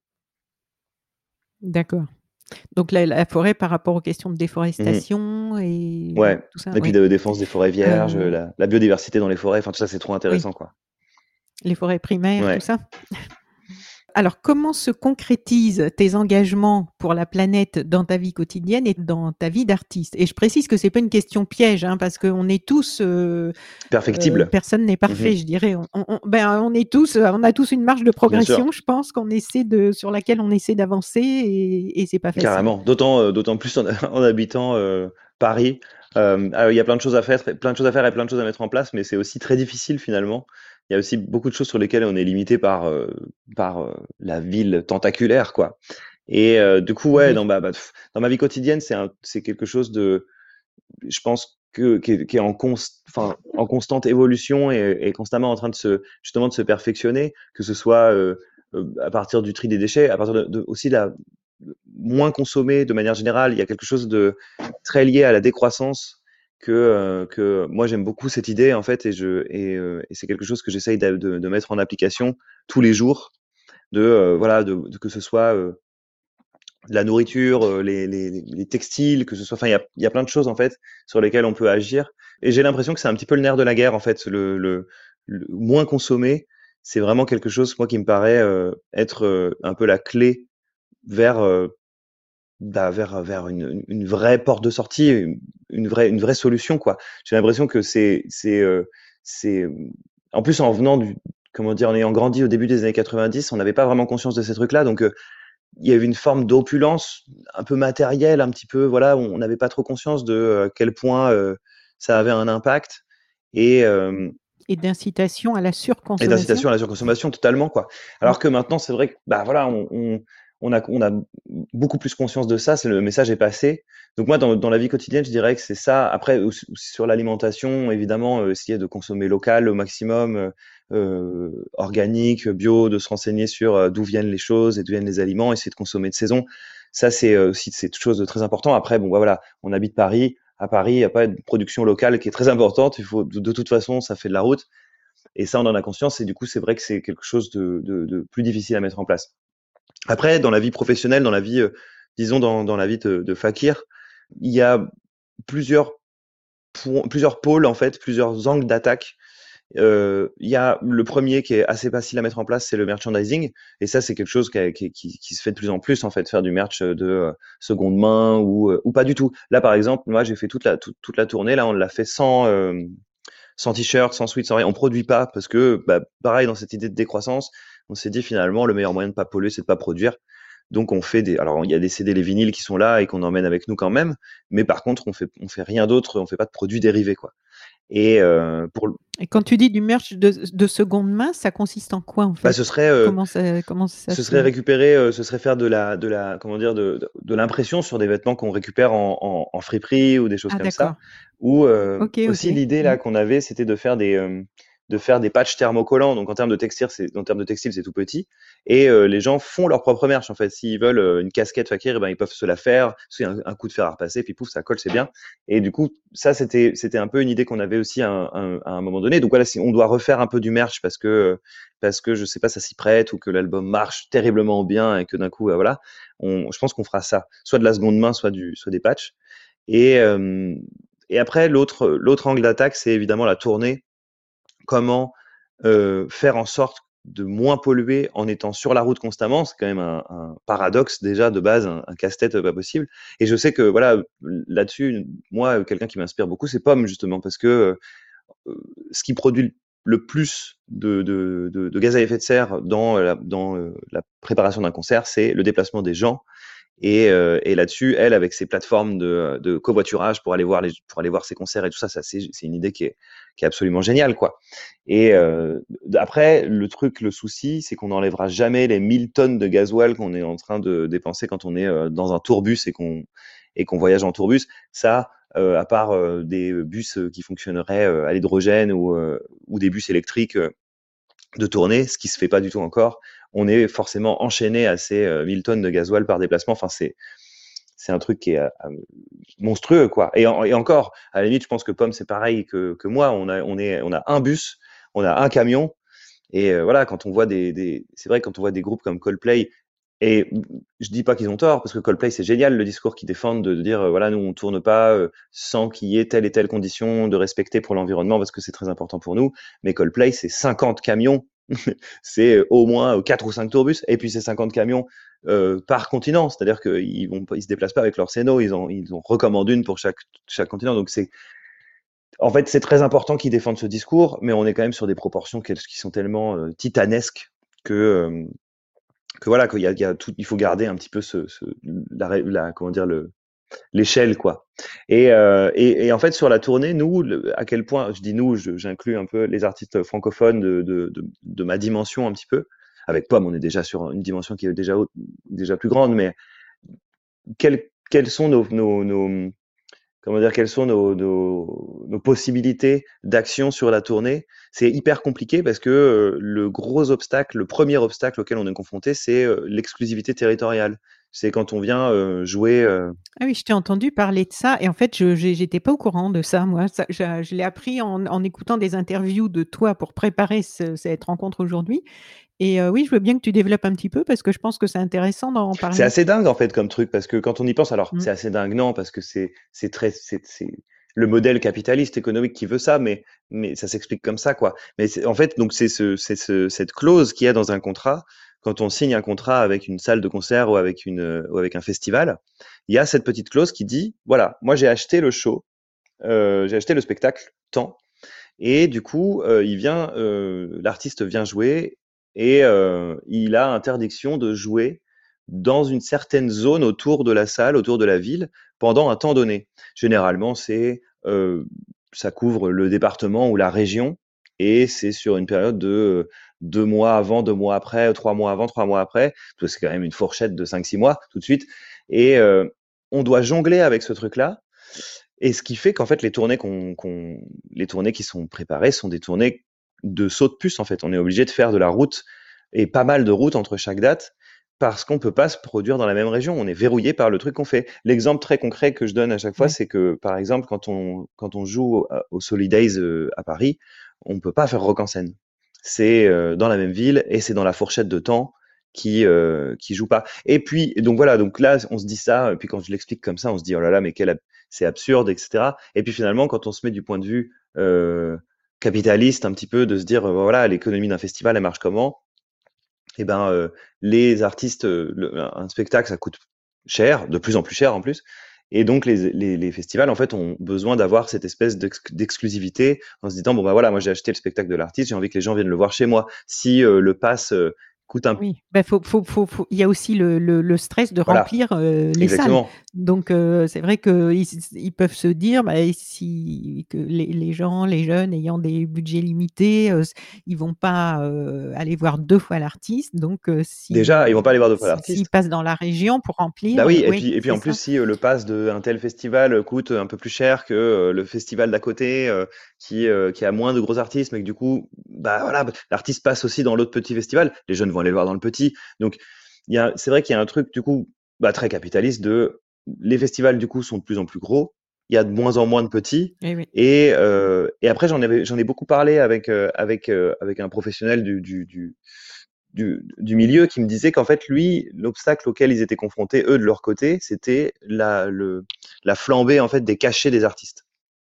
D'accord. Donc la, la forêt par rapport aux questions de Mhm. déforestation et Ouais. tout ça, Et puis oui. de défense des forêts vierges, Euh, la, la biodiversité dans les forêts, enfin tout ça, c'est trop oui, intéressant, quoi. les forêts primaires, tout Ouais. ça. Alors, comment se concrétisent tes engagements pour la planète dans ta vie quotidienne et dans ta vie d'artiste? Et je précise que c'est pas une question piège, hein, parce qu'on est tous, euh, euh, Perfectible. personne n'est parfait, Mhm. je dirais. On, on- ben, on est tous, on a tous une marge de Bien sûr. progression, je pense, qu'on essaie de, sur laquelle on essaie d'avancer et, et c'est pas facile. Carrément, d'autant euh, d'autant plus en, en habitant euh, Paris. Euh, alors, il y a plein de choses à faire, plein de choses à faire et plein de choses à mettre en place, mais c'est aussi très difficile finalement. Il y a aussi beaucoup de choses sur lesquelles on est limité par euh, par euh, la ville tentaculaire, quoi. Et euh, du coup, ouais, dans Oui, ma bah, pff, dans ma vie quotidienne, c'est un, c'est quelque chose de, je pense que qui est, qui est en const, enfin en constante évolution et, et constamment en train de se justement de se perfectionner, que ce soit euh, euh, à partir du tri des déchets, à partir de, de aussi la moins consommer de manière générale. Il y a quelque chose de très lié à la décroissance que, euh, que moi j'aime beaucoup cette idée en fait et, je, et, euh, et c'est quelque chose que j'essaye de, de, de, mettre en application tous les jours, de, euh, voilà, de, de, que ce soit euh, de la nourriture, euh, les, les, les textiles, que ce soit, enfin il y a, y a plein de choses en fait sur lesquelles on peut agir et j'ai l'impression que c'est un petit peu le nerf de la guerre en fait, le, le, le moins consommer, c'est vraiment quelque chose moi qui me paraît euh, être euh, un peu la clé vers euh, bah, vers vers une une vraie porte de sortie, une une vraie une vraie solution, quoi. J'ai l'impression que c'est c'est, heu, c'est, mmh, en plus, en venant du comment dire? En ayant grandi au début des années quatre-vingt-dix, on n'avait pas vraiment conscience de ces trucs-là, donc heu, il y avait une forme d'opulence un peu matérielle, un petit peu, voilà, on n'avait pas trop conscience de, heu, à quel point, heu, ça avait un impact et hem Et d'incitation à la Et d'incitation surconsommation? à la surconsommation, totalement, quoi. Mmh. Alors que maintenant, c'est vrai que, bah, voilà, on on on a on a beaucoup plus conscience de ça, c'est le message est passé. Donc moi, dans dans la vie quotidienne, je dirais que c'est ça. Après, au sur l'alimentation, évidemment, heu, essayer de consommer local au maximum, heu heu, organique, bio, de se renseigner sur, heu, d'où viennent les choses et d'où viennent les aliments, essayer de consommer de saison. Ça, c'est, heu, aussi, c'est quelque chose de très important. Après, bon, bah, voilà, on habite Paris. À Paris, il y a pas de production locale qui est très importante. Il faut de de toute façon, ça fait de la route. Et ça, on en a conscience. Et du coup, c'est vrai que c'est quelque chose de, de, de plus difficile à mettre en place. Après, dans la vie professionnelle, dans la vie, euh, disons, dans, dans la vie de, de fakir, il y a plusieurs, po- plusieurs pôles, en fait, plusieurs angles d'attaque. Euh, Il y a le premier qui est assez facile à mettre en place, c'est le merchandising. Et ça, c'est quelque chose qui, a- qui, qui, qui se fait de plus en plus, en fait, faire du merch de euh, seconde main ou, euh, ou pas du tout. Là, par exemple, moi, j'ai fait toute la, toute, toute la tournée. Là, on l'a fait sans, euh, sans t-shirt, sans sweat, sans rien. On produit pas parce que, bah, pareil, dans cette idée de décroissance, on s'est dit finalement, le meilleur moyen de pas polluer, c'est de pas produire. Donc on fait des, alors il y a des C D, les vinyles qui sont là et qu'on emmène avec nous quand même, mais par contre on fait, on fait rien d'autre, on fait pas de produits dérivés, quoi. Et euh, pour, Et quand tu dis du merch de de seconde main, ça consiste en quoi, en bah, fait? ce serait, euh, Comment ça comment ça ce serait se récupérer, euh, ce serait faire de la, de la, comment dire, de, de, de l'impression sur des vêtements qu'on récupère en, en, en friperie ou des choses ah comme ça. d'accord. Ou euh, OK, aussi OK. l'idée Mmh. là qu'on avait, c'était de faire des, euh, de faire des patchs thermocollants. Donc en termes de textile, c'est, en termes de textile, c'est tout petit. Et euh, les gens font leur propre merch en fait. S'ils veulent euh, une casquette fakir, eh ben ils peuvent se la faire. C'est un, un coup de fer à repasser, puis pouf, ça colle, c'est bien. Et du coup, ça c'était, c'était un peu une idée qu'on avait aussi à un, un- à un moment donné. Donc voilà, si on doit refaire un peu du merch parce que parce que je sais pas, ça s'y prête ou que l'album marche terriblement bien et que d'un coup, euh, voilà, on, je pense qu'on fera ça, soit de la seconde main, soit du, soit des patchs. Et euh, et après, l'autre l'autre angle d'attaque, c'est évidemment la tournée. Comment euh, faire en sorte de moins polluer en étant sur la route constamment, c'est quand même un, un paradoxe déjà de base, un, un casse-tête pas possible. Et je sais que voilà, là-dessus, moi, quelqu'un qui m'inspire beaucoup, c'est Pomme justement, parce que euh, ce qui produit le plus de, de, de, de gaz à effet de serre dans la, dans euh, la préparation d'un concert, c'est le déplacement des gens. Et, euh, et là-dessus, elle, avec ses plateformes de, de covoiturage pour aller voir les, pour aller voir ses concerts et tout ça, ça c'est, c'est une idée qui est, qui est absolument géniale, quoi. Et euh, après, le truc, le souci, c'est qu'on n'enlèvera jamais les mille tonnes de gasoil qu'on est en train de dépenser quand on est euh, dans un tourbus et qu'on et qu'on voyage en tourbus. Ça, euh, à part euh, des bus qui fonctionneraient euh, à l'hydrogène ou, euh, ou des bus électriques euh, de tournée, ce qui se fait pas du tout encore, on est forcément enchaîné à ces euh, mille tonnes de gasoil par déplacement. Enfin, c'est c'est un truc qui est euh, monstrueux, quoi. Et, en, et encore, à la limite, je pense que Pomme, c'est pareil que, que moi. On a, on, est, on a un bus, on a un camion. Et euh, voilà, quand on voit des, des c'est vrai, quand on voit des groupes comme Coldplay, et je dis pas qu'ils ont tort, parce que Coldplay, c'est génial le discours qu'ils défendent de, de dire, euh, voilà, nous, on tourne pas euh, sans qu'il y ait telle et telle condition de respecter pour l'environnement, parce que c'est très important pour nous. Mais Coldplay, c'est cinquante camions, c'est euh, au moins euh, quatre ou cinq tourbus, et puis c'est cinquante camions euh, par continent, c'est-à-dire qu'ils vont, ils se déplacent pas avec leur scéno, ils en, ils en recommandent une pour chaque, chaque continent. Donc c'est, en fait, c'est très important qu'ils défendent ce discours, mais on est quand même sur des proportions qui qui sont tellement euh, titanesques que, euh, que voilà, qu'il y a, il y a tout, il faut garder un petit peu ce, ce la, la, comment dire, le, l'échelle, quoi. Et, euh, et, et en fait, sur la tournée, nous, le, à quel point, je dis nous, je- j'inclus un peu les artistes francophones de, de, de, de ma dimension un petit peu. Avec Pomme, on est déjà sur une dimension qui est déjà haute, déjà plus grande, mais quelles, quelles sont nos, nos, nos, comment dire, quelles sont nos, nos, nos possibilités d'action sur la tournée? C'est hyper compliqué parce que euh, le gros obstacle, le premier obstacle auquel on est confronté, c'est euh, l'exclusivité territoriale. C'est quand on vient euh, jouer. euh, Ah oui, je t'ai entendu parler de ça et en fait, je j'ai j'étais pas au courant de ça, moi. Ça, je je l'ai appris en en écoutant des interviews de toi pour préparer ce cette rencontre aujourd'hui et heu, oui, je veux bien que tu développes un petit peu parce que je pense que c'est intéressant d'en C'est parler. assez dingue en fait comme truc parce que quand on y pense, alors Mmh. c'est assez dingue non parce que c'est c'est très c'est c'est le modèle capitaliste économique qui veut ça, mais mais ça s'explique comme ça quoi. Mais c'est, en fait donc c'est ce c'est ce cette clause qu'il y a dans un contrat quand on signe un contrat avec une salle de concert ou avec une ou avec un festival, il y a cette petite clause qui dit voilà moi j'ai acheté le show, euh, j'ai acheté le spectacle tant et du coup euh, il vient euh, l'artiste vient jouer et euh, il a interdiction de jouer dans une certaine zone autour de la salle, autour de la ville, pendant un temps donné. Généralement, c'est euh, ça couvre le département ou la région, et c'est sur une période de euh, deux mois avant, deux mois après, trois mois avant, trois mois après, parce que c'est quand même une fourchette de cinq, six mois tout de suite. Et euh, on doit jongler avec ce truc-là. Et ce qui fait qu'en fait, les tournées qu'on, qu'on, les tournées qui sont préparées sont des tournées de saut de puce, en fait. On est obligé de faire de la route et pas mal de routes entre chaque date parce qu'on peut pas se produire dans la même région. On est verrouillé par le truc qu'on fait. L'exemple très concret que je donne à chaque fois, Ouais. c'est que, par exemple, quand on, quand on joue au, au Solidays euh, à Paris, on peut pas faire Rock en scène. C'est euh, dans la même ville et c'est dans la fourchette de temps qui euh, qui joue pas. Et puis donc voilà, donc là on se dit ça, et puis quand je l'explique comme ça, on se dit oh là là, mais quel ab- c'est absurde, et cetera. Et puis finalement, quand on se met du point de vue euh, capitaliste, un petit peu, de se dire euh, voilà, l'économie d'un festival, elle marche comment? Eh ben euh, les artistes, euh, le- un spectacle, ça coûte cher, de plus en plus cher en plus. Et donc les, les, les festivals en fait ont besoin d'avoir cette espèce d'ex- d'exclusivité en se disant bon bah voilà, moi j'ai acheté le spectacle de l'artiste, j'ai envie que les gens viennent le voir chez moi. Si euh, le pass euh, coûte un Oui, bah, faut faut faut faut il y a aussi le le le stress de voilà, remplir, heu, les salles. exactement. Donc heu, c'est vrai qu'ils s ils peuvent se dire, bah, et si que les les gens, les jeunes ayant des budgets limités, heu, s ils vont pas, heu, aller voir deux fois l'artiste. Donc heu, Déjà, ils vont pas aller voir si de fois si s'ils l'artiste. passent dans la région pour Bah remplir, oui, heu, et oui, puis et puis c'est en plus ça. si, heu, le pass d'un tel festival, heu, coûte un peu plus cher que, heu, le festival d'à côté, heu, qui, heu, qui a moins de gros artistes, mais que du coup, bah, voilà, bah, l'artiste passe aussi dans l'autre petit festival, les jeunes vont aller le voir dans le petit. Donc il y a c'est vrai qu'il y a un truc du coup, bah, très capitaliste de les festivals du coup sont de plus en plus gros, il y a de moins en moins de petits Oui, oui. et heu et après j'en avais j'en ai beaucoup parlé avec, heu, avec, heu, avec un professionnel du du du du, du milieu qui me disait qu'en fait, lui, l'obstacle auquel ils étaient confrontés, eux, de leur côté, c'était la, le, la flambée en fait des cachets des artistes.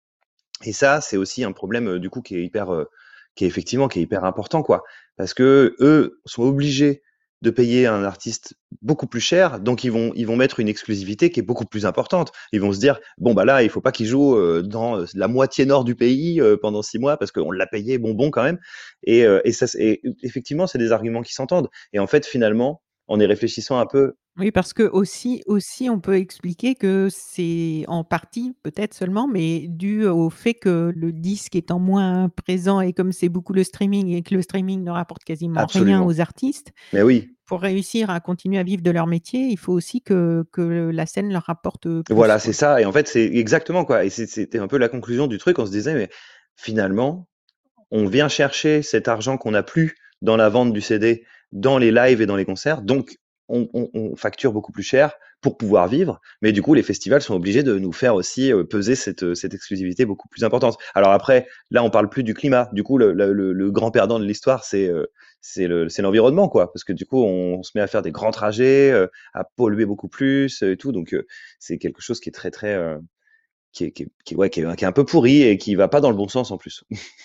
Et ça, c'est aussi un problème euh, du coup qui est hyper, euh, qui est effectivement qui est hyper important, quoi, parce que eux sont obligés de payer un artiste beaucoup plus cher, donc ils vont ils vont mettre une exclusivité qui est beaucoup plus importante. Ils vont se dire bon bah là, il faut pas qu'il joue euh, dans la moitié nord du pays euh, pendant six mois parce qu'on l'a payé bonbon quand même. Et, euh, et ça, c'est- et effectivement, c'est des arguments qui s'entendent. Et en fait, finalement, en y réfléchissant un peu, Oui, parce que aussi aussi on peut expliquer que c'est en partie, peut-être seulement, mais dû au fait que le disque étant moins présent et comme c'est beaucoup le streaming et que le streaming ne rapporte quasiment rien absolument. aux artistes, Mais oui, pour réussir à continuer à vivre de leur métier, il faut aussi que que la scène leur rapporte, heu, plus, voilà, c'est quoi. ça. Et en fait, c'est exactement quoi. Et c'est- c'était un peu la conclusion du truc. On se disait, mais finalement, on vient chercher cet argent qu'on n'a plus dans la vente du C D, dans les lives et dans les concerts, donc on, on- on facture beaucoup plus cher pour pouvoir vivre, mais du coup les festivals sont obligés de nous faire aussi euh, peser cette, euh, cette exclusivité beaucoup plus importante. Alors après, là on parle plus du climat, du coup le, le- le- le grand perdant de l'histoire c'est euh, c'est le- c'est l'environnement quoi, parce que du coup on, se met à faire des grands trajets, euh, à polluer beaucoup plus euh, et tout, donc euh, c'est quelque chose qui est très très euh, qui est, qui est- qui est- ouais, qui est, qui est un peu pourri et qui va pas dans le bon sens en plus.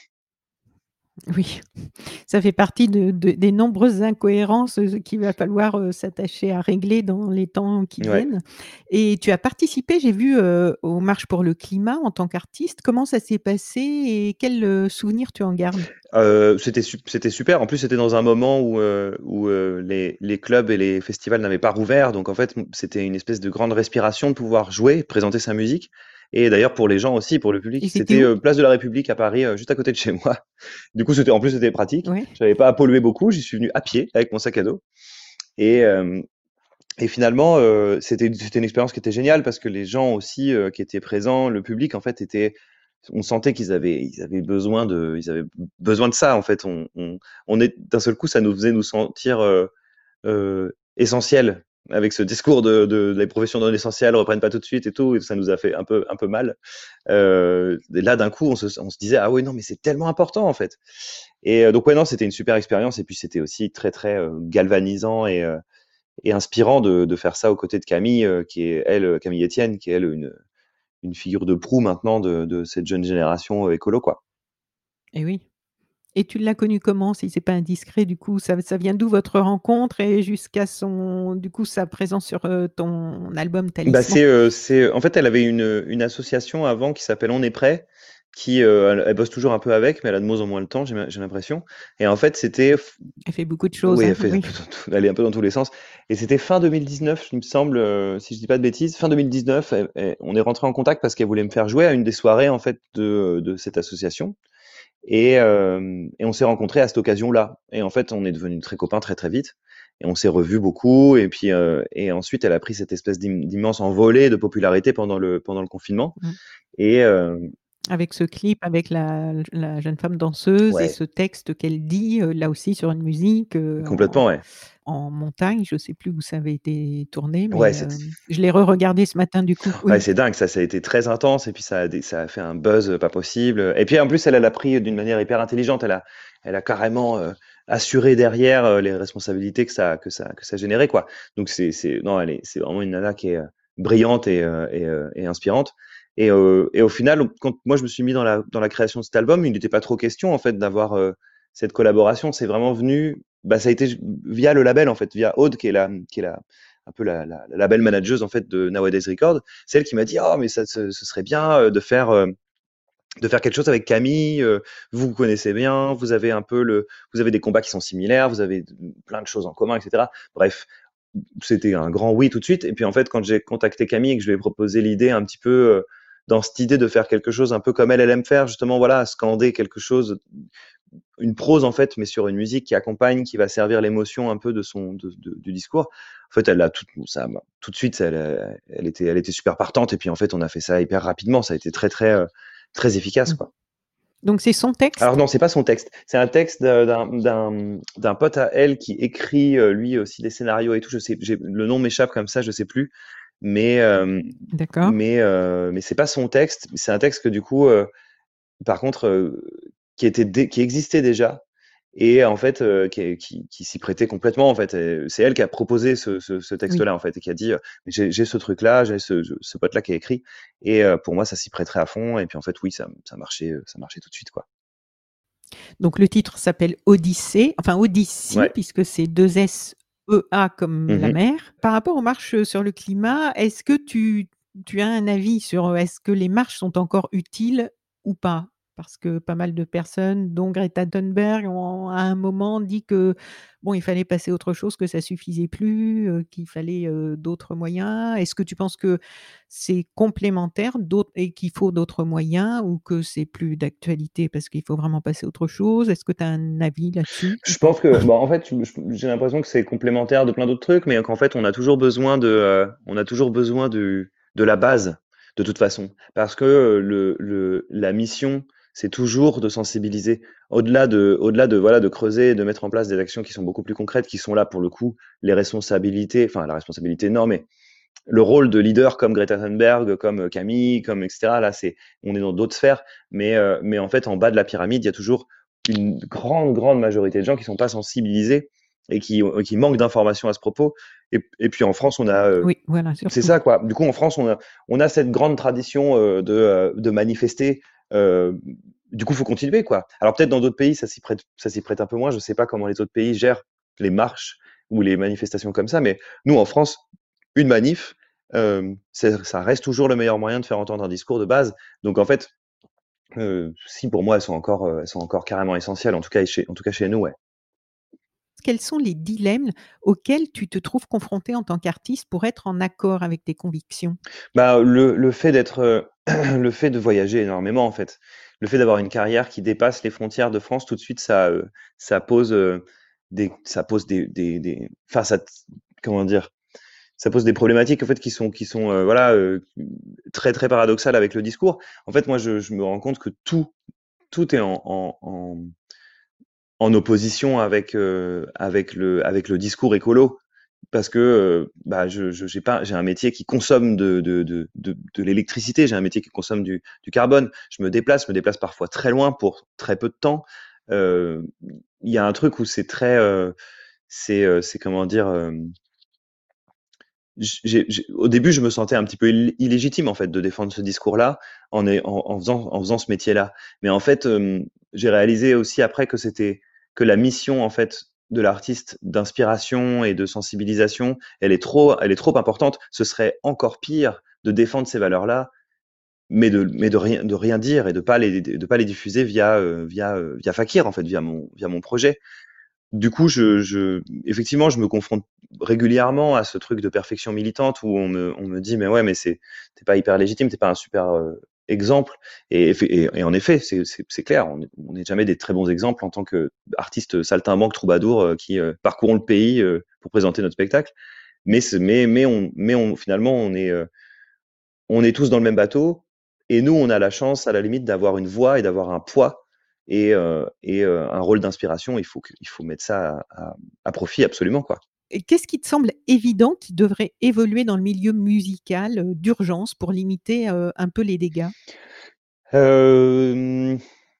Oui, ça fait partie de de des nombreuses incohérences, heu, qu'il va falloir, heu, s'attacher à régler dans les temps qui Ouais. viennent. Et tu as participé, j'ai vu, heu, aux marches pour le climat en tant qu'artiste. Comment ça s'est passé et quel, heu, souvenir tu en gardes? Heu, c'était sup c'était super. En plus, c'était dans un moment où, heu, où, heu, les les clubs et les festivals n'avaient pas rouvert. Donc en fait, mmh, c'était une espèce de grande respiration de pouvoir jouer, présenter sa musique. Et d'ailleurs pour les gens aussi, pour le Et public, c'était c'était, où? heu, place de la République à Paris, heu, juste à côté de chez moi. Du coup, c'était en plus, c'était pratique. Ouais. J'avais pas à polluer beaucoup, j'y suis venu à pied avec mon sac à dos. Et hem et finalement, heu, c'était c'était une expérience qui était géniale parce que les gens aussi, heu, qui étaient présents, le public en fait était, on sentait qu'ils avaient ils avaient besoin de ils avaient besoin de ça en fait. On on on est d'un seul coup, ça nous faisait nous sentir, heu heu, essentiels avec ce discours de de les professions non essentielles reprennent pas tout de suite et tout, et ça nous a fait un peu un peu mal. Heu, et là d'un coup, on se on se disait: «Ah ouais, non mais c'est tellement important en fait». Et heu, donc ouais, non, c'était une super expérience et puis c'était aussi très, très, heu, galvanisant et heu et inspirant de, de faire ça aux côtés de Camille, euh, qui est elle, euh, Camille Etienne, qui est elle une, une figure de proue maintenant de, de cette jeune génération euh, écolo, quoi. Et oui. Et tu l'as connu comment, si c'est pas indiscret du coup? Ça ça vient d'où votre rencontre et jusqu'à son du coup, sa présence sur, heu, ton album Bah Talisman? c'est, euh, c'est, en fait, elle avait une, une association avant qui s'appelle On est prêt, qui, euh, elle, elle bosse toujours un peu avec, mais elle a de moins en moins le temps, j'ai, j'ai l'impression. Et en fait, c'était, Elle fait beaucoup de choses, oui, hein, elle fait un oui. peu dans tout- elle est un peu dans tous les sens. Et c'était fin deux mille dix-neuf, il me semble, euh, si je dis pas de bêtises, fin deux mille dix-neuf, elle- elle- on est rentré en contact parce qu'elle voulait me faire jouer à une des soirées en fait de, de cette association. Et, euh, et on s'est rencontrés à cette occasion-là. Et en fait, on est devenus très copains très très vite. Et on s'est revus beaucoup. Et puis, euh, et ensuite, elle a pris cette espèce d'im- d'immense envolée de popularité pendant le pendant le confinement. Mmh. Et euh, Avec ce clip, avec la la jeune femme danseuse et ouais, ce texte qu'elle dit, heu, là aussi sur une musique, heu, en complètement, ouais. en montagne. Je sais plus où ça avait été tourné, Ouais, mais c'était hem, je l'ai re-regardé ce matin du coup. Ouais, Oui. c'est dingue, ça, ça a été très intense et puis ça a, des- ça a fait un buzz euh, pas possible. Et puis en plus, elle, elle a pris d'une manière hyper intelligente. Elle a, elle a carrément euh, assuré derrière euh, les responsabilités que ça, que ça, que ça générait, quoi. Donc c'est, c'est, non, elle est, c'est vraiment une nana qui est euh, brillante et, euh, et, euh, et inspirante. Et, euh, et au final, quand moi je me suis mis dans la, dans la création de cet album, il n'était pas trop question en fait d'avoir euh, cette collaboration. C'est vraiment venu, bah ça a été via le label en fait, via Aude qui est la, qui est la, un peu la, la, la label manageuse en fait de Nowadays Records. C'est elle qui m'a dit oh mais ça ce, ce serait bien euh, de faire euh, de faire quelque chose avec Camille. Euh, vous vous connaissez bien, vous avez un peu le, vous avez des combats qui sont similaires, vous avez plein de choses en commun, et cetera. Bref, c'était un grand oui tout de suite. Et puis en fait, quand j'ai contacté Camille et que je lui ai proposé l'idée un petit peu euh, dans cette idée de faire quelque chose un peu comme elle, elle aime faire, justement, voilà, scander quelque chose, une prose en fait, mais sur une musique qui accompagne, qui va servir l'émotion un peu de son de, de, du discours. En fait, elle a tout ça tout de suite, elle, elle était elle était super partante et puis en fait, on a fait ça hyper rapidement. Ça a été très très euh, très efficace Mmh. quoi. Donc c'est son Alors texte? non, c'est pas son texte. C'est un texte d'un d'un d'un pote à elle qui écrit euh, lui aussi des scénarios et tout. Je sais, j'ai, le nom m'échappe comme ça, je sais plus. Mais euh, D'accord. mais euh, mais c'est pas son texte. C'est un texte que du coup, euh, par contre, euh, qui était dé- qui existait déjà et en fait euh, qui, qui, qui s'y prêtait complètement en fait. Et c'est elle qui a proposé ce, ce, ce Oui. texte-là en fait et qui a dit euh, j'ai j'ai ce truc-là, j'ai ce, ce pote-là qui a écrit et euh, pour moi ça s'y prêterait à fond et puis en fait oui ça ça marchait ça marchait tout de suite quoi. Donc le titre s'appelle Odyssée, enfin Odyssey Ouais. puisque c'est deux S E A comme la Mhm. mer. Par rapport aux marches sur le climat, est-ce que tu tu as un avis sur, heu, est-ce que les marches sont encore utiles ou pas? Parce que pas mal de personnes, dont Greta Thunberg, ont à un moment dit que, bon, il fallait passer à autre chose, que ça suffisait plus, heu, qu'il fallait, heu, d'autres moyens. Est-ce que tu penses que c'est complémentaire d'autres et qu'il faut d'autres moyens ou que c'est plus d'actualité parce qu'il faut vraiment passer à autre chose? Est-ce que tu as un avis là-dessus ou Je pas? pense que, bon, en fait, je- je- j'ai l'impression que c'est complémentaire de plein d'autres trucs, mais qu'en fait, on a toujours besoin de, euh, on a toujours besoin de, de la base, de toute façon, parce que euh, le, le, la mission, c'est toujours de sensibiliser, au-delà de, au-delà de, voilà, de creuser, et de mettre en place des actions qui sont beaucoup plus concrètes, qui sont là pour le coup, les responsabilités, enfin la responsabilité non, mais le rôle de leader comme Greta Thunberg, comme Camille, comme et cetera. Là, c'est, on est dans d'autres sphères, mais, euh, mais en fait, en bas de la pyramide, il y a toujours une grande, grande majorité de gens qui sont pas sensibilisés et qui, qui manquent d'informations à ce propos. Et, et puis en France, on a, euh, Oui, voilà, c'est surtout. ça quoi. Du coup, en France, on a, on a cette grande tradition euh, de, euh, de manifester. Euh, du coup, faut continuer quoi. Alors peut-être dans d'autres pays, ça s'y prête, ça s'y prête un peu moins. Je sais pas comment les autres pays gèrent les marches ou les manifestations comme ça, mais nous en France, une manif, euh, c'est- ça reste toujours le meilleur moyen de faire entendre un discours de base. Donc en fait, euh, si pour moi elles sont encore, euh, elles sont encore carrément essentielles, en tout cas chez, en tout cas chez nous, ouais. Quels sont les dilemmes auxquels tu te trouves confronté en tant qu'artiste pour être en accord avec tes convictions? Bah, le, le fait d'être, euh, le fait de voyager énormément en fait, le fait d'avoir une carrière qui dépasse les frontières de France, tout de suite ça, euh, ça pose euh, des, ça pose des, des, des, enfin ça, comment dire, ça pose des problématiques en fait qui sont, qui sont, euh, voilà, euh, très très paradoxales avec le discours. En fait, moi je, je me rends compte que tout, tout est en, en, en, en opposition avec, euh, avec le, avec le discours écolo parce que euh, bah, je, je j'ai pas j'ai un métier qui consomme de de de de, de l'électricité, j'ai un métier qui consomme du du carbone. Je me déplace, je me déplace parfois très loin pour très peu de temps. Euh, Il y a un truc où c'est très euh, c'est euh, c'est comment dire euh, j'ai, j'ai- au début, je me sentais un petit peu ill- illégitime en fait de défendre ce discours-là en, est- en, en faisant en faisant ce métier-là. Mais en fait, euh, j'ai réalisé aussi après que c'était que la mission en fait de l'artiste d'inspiration et de sensibilisation, elle est trop elle est trop importante. Ce serait encore pire de défendre ces valeurs-là, mais de mais de rien de rien dire et de pas les de pas les diffuser via euh, via euh, via Fakir en fait via mon via mon projet. Du coup, je, je, effectivement, je me confronte régulièrement à ce truc de perfection militante où on me, on me dit, mais ouais, mais c'est, t'es pas hyper légitime, t'es pas un super euh, exemple. Et, et, et en effet, c'est, c'est, c'est clair, on n'est jamais des très bons exemples en tant qu'artistes saltimbanques, troubadours euh, qui euh, parcourons le pays euh, pour présenter notre spectacle. Mais, mais, mais, on, mais on, finalement, on est, euh, on est tous dans le même bateau. Et nous, on a la chance, à la limite, d'avoir une voix et d'avoir un poids et, euh, et euh, un rôle d'inspiration. Il faut, que, il faut mettre ça à, à, à profit, absolument, quoi. Et qu'est-ce qui te semble évident qui devrait évoluer dans le milieu musical euh, d'urgence pour limiter euh, un peu les dégâts? euh,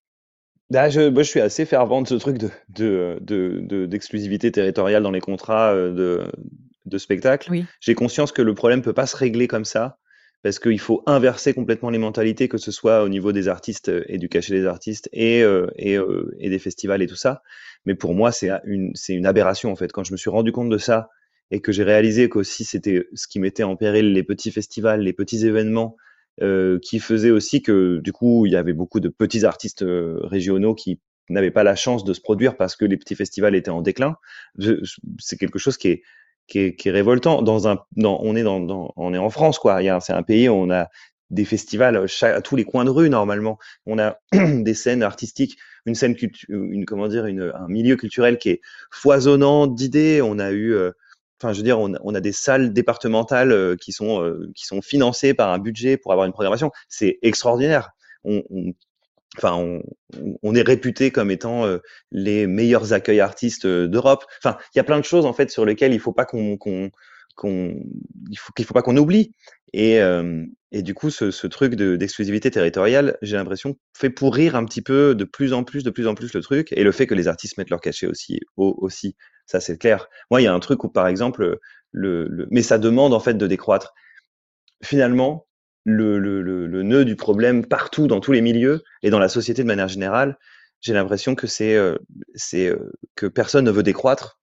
bah, je, moi, je suis assez fervent de ce truc de, de, de, de- d'exclusivité territoriale dans les contrats euh, de, de spectacle. Oui. J'ai conscience que le problème peut pas se régler comme ça, parce qu'il faut inverser complètement les mentalités, que ce soit au niveau des artistes euh, et du cachet des artistes et, euh, et, euh, et des festivals et tout ça. Mais pour moi, c'est une, c'est une aberration, en fait. Quand je me suis rendu compte de ça et que j'ai réalisé qu'aussi c'était ce qui mettait en péril les petits festivals, les petits événements, euh, qui faisait aussi que du coup il y avait beaucoup de petits artistes euh, régionaux qui n'avaient pas la chance de se produire parce que les petits festivals étaient en déclin. Je, je, c'est quelque chose qui est qui est, qui est révoltant. Dans un, dans, on est dans, dans, on est en France quoi. Il y a, c'est un pays où on a des festivals chaque, à tous les coins de rue normalement. On a des scènes artistiques, une scène cultu- une comment dire, une, un milieu culturel qui est foisonnant d'idées. On a eu euh, Enfin, je veux dire, on, on a des salles départementales euh, qui sont euh, qui sont financées par un budget pour avoir une programmation. C'est extraordinaire. On, on, enfin, on, on est réputé comme étant euh, les meilleurs accueils artistes euh, d'Europe. Enfin, il y a plein de choses en fait sur lesquelles il faut pas qu'on qu'on qu'on il faut qu'il faut pas qu'on oublie. Et euh, et du coup, ce, ce truc de, d'exclusivité territoriale, j'ai l'impression, fait pourrir un petit peu de plus en plus, de plus en plus le truc. Et le fait que les artistes mettent leur cachet aussi, au, aussi, ça c'est clair. Moi, il y a un truc où, par exemple, le, le, mais ça demande en fait de décroître. Finalement, le, le, le, le nœud du problème partout, dans tous les milieux et dans la société de manière générale, j'ai l'impression que c'est euh, c'est euh, que personne ne veut décroître.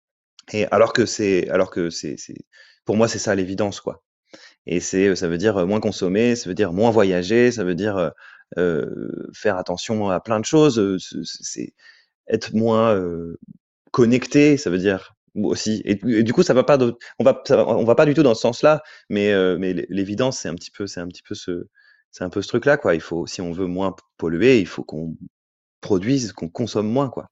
Et alors que c'est alors que c'est c'est pour moi c'est ça l'évidence quoi. Et c'est ça veut dire moins consommer, ça veut dire moins voyager, ça veut dire euh, faire attention à plein de choses. C'est être moins euh, connecté, ça veut dire aussi. Et, et du coup, ça va pas, de, on va, ça, on va pas du tout dans ce sens-là, mais euh, mais l'évidence, c'est un petit peu, c'est un petit peu ce, c'est un peu ce truc-là, quoi. Il faut, si on veut moins polluer, il faut qu'on produise, qu'on consomme moins, quoi.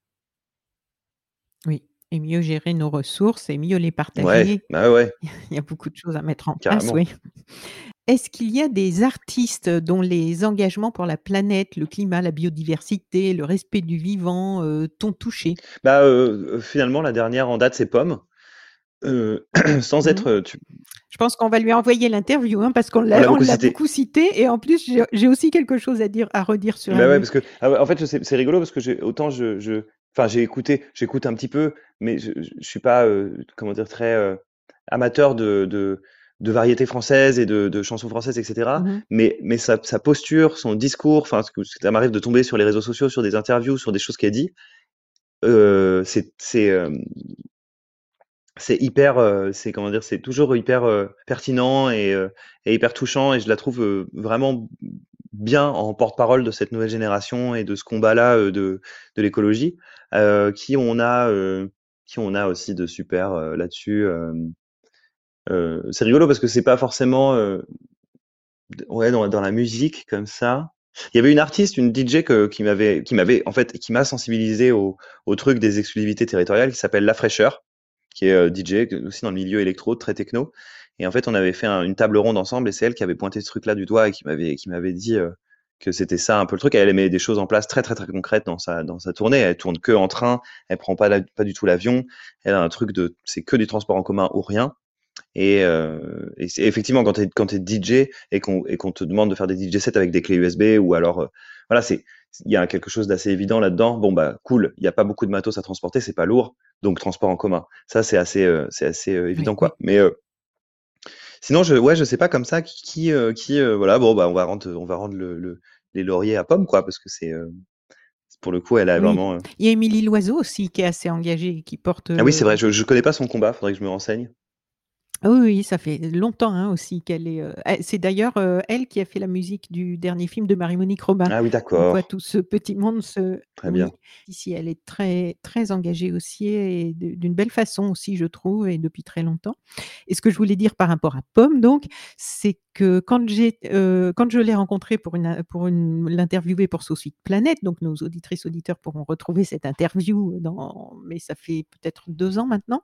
Oui, et mieux gérer nos ressources et mieux les Ouais, partager. bah ouais, Il y a beaucoup de choses à mettre en place, carrément. oui. Est-ce qu'il y a des artistes dont les engagements pour la planète, le climat, la biodiversité, le respect du vivant, heu, t'ont touché? Bah euh, finalement, la dernière en date, c'est Pomme. Euh, sans Mmh. être, tu, Je pense qu'on va lui envoyer l'interview, hein, parce qu'on on l'a l'a on beaucoup l'a cité. beaucoup cité et en plus j'ai j'ai aussi quelque chose à dire à redire sur Bah ouais, elle. parce que ah ouais, en fait, c'est c'est rigolo parce que j'ai autant je je enfin j'ai écouté, j'écoute un petit peu, mais je, je, je suis pas euh, comment dire très euh, amateur de, de de variété française et de, de chansons françaises, et cetera. Mmh. Mais mais sa, sa posture, son discours, enfin, ce que ça m'arrive de tomber sur les réseaux sociaux, sur des interviews, sur des choses qu'elle dit, euh, c'est c'est euh, c'est hyper, euh, c'est comment dire, c'est toujours hyper euh, pertinent et, euh, et hyper touchant et je la trouve euh, vraiment bien en porte-parole de cette nouvelle génération et de ce combat-là euh, de, de l'écologie, euh, qui on a, euh, qui on a aussi de super euh, là-dessus. Euh, euh, c'est rigolo parce que c'est pas forcément, euh, ouais, dans, dans la musique comme ça. Il y avait une artiste, une D J que, qui m'avait, qui m'avait, en fait, qui m'a sensibilisé au, au truc des exclusivités territoriales, qui s'appelle La Fraîcheur, qui est euh, D J aussi dans le milieu électro, très techno. Et en fait, on avait fait un- une table ronde ensemble et c'est elle qui avait pointé ce truc-là du doigt et qui m'avait, qui m'avait dit euh, que c'était ça un peu le truc. Elle met des choses en place très très très concrètes dans sa dans sa tournée. Elle tourne que en train, elle prend pas la- pas du tout l'avion. Elle a un truc de, c'est que du transport en commun ou rien. Et, euh, et c'est effectivement quand t'es quand t'es D J et qu'on et qu'on te demande de faire des D J sets avec des clés U S B ou alors euh, voilà c'est il y a quelque chose d'assez évident là-dedans. Bon bah cool, il y a pas beaucoup de matos à transporter, c'est pas lourd, donc transport en commun. Ça c'est assez euh, c'est assez euh, Oui, évident oui. quoi. Mais euh, sinon je ouais je sais pas comme ça qui qui, euh, qui euh, voilà bon bah on va rendre on va rendre le, le- les lauriers à Pomme quoi parce que c'est euh, pour le coup elle a Oui. vraiment euh, Il y a Émilie Loiseau aussi qui est assez engagée et qui porte, ah oui c'est heu vrai je je connais pas son combat, faudrait que je me renseigne. Ah oui, oui, ça fait longtemps, hein, aussi qu'elle est, heu, elle c'est d'ailleurs, heu, elle qui a fait la musique du dernier film de Marie-Monique Robin. Ah oui, On voit d'accord. tout ce petit monde se Très oui, bien. si, si, elle est très, très engagée aussi et de d'une belle façon aussi, je trouve et depuis très longtemps et ce que je voulais dire par rapport à Pomme donc, c'est que quand j'ai heu, quand je l'ai rencontrée pour une in pour une l'interviewer pour Sauce Vide Planète, donc nos auditrices, auditeurs pourront retrouver cette interview dans mais ça fait peut-être deux ans maintenant.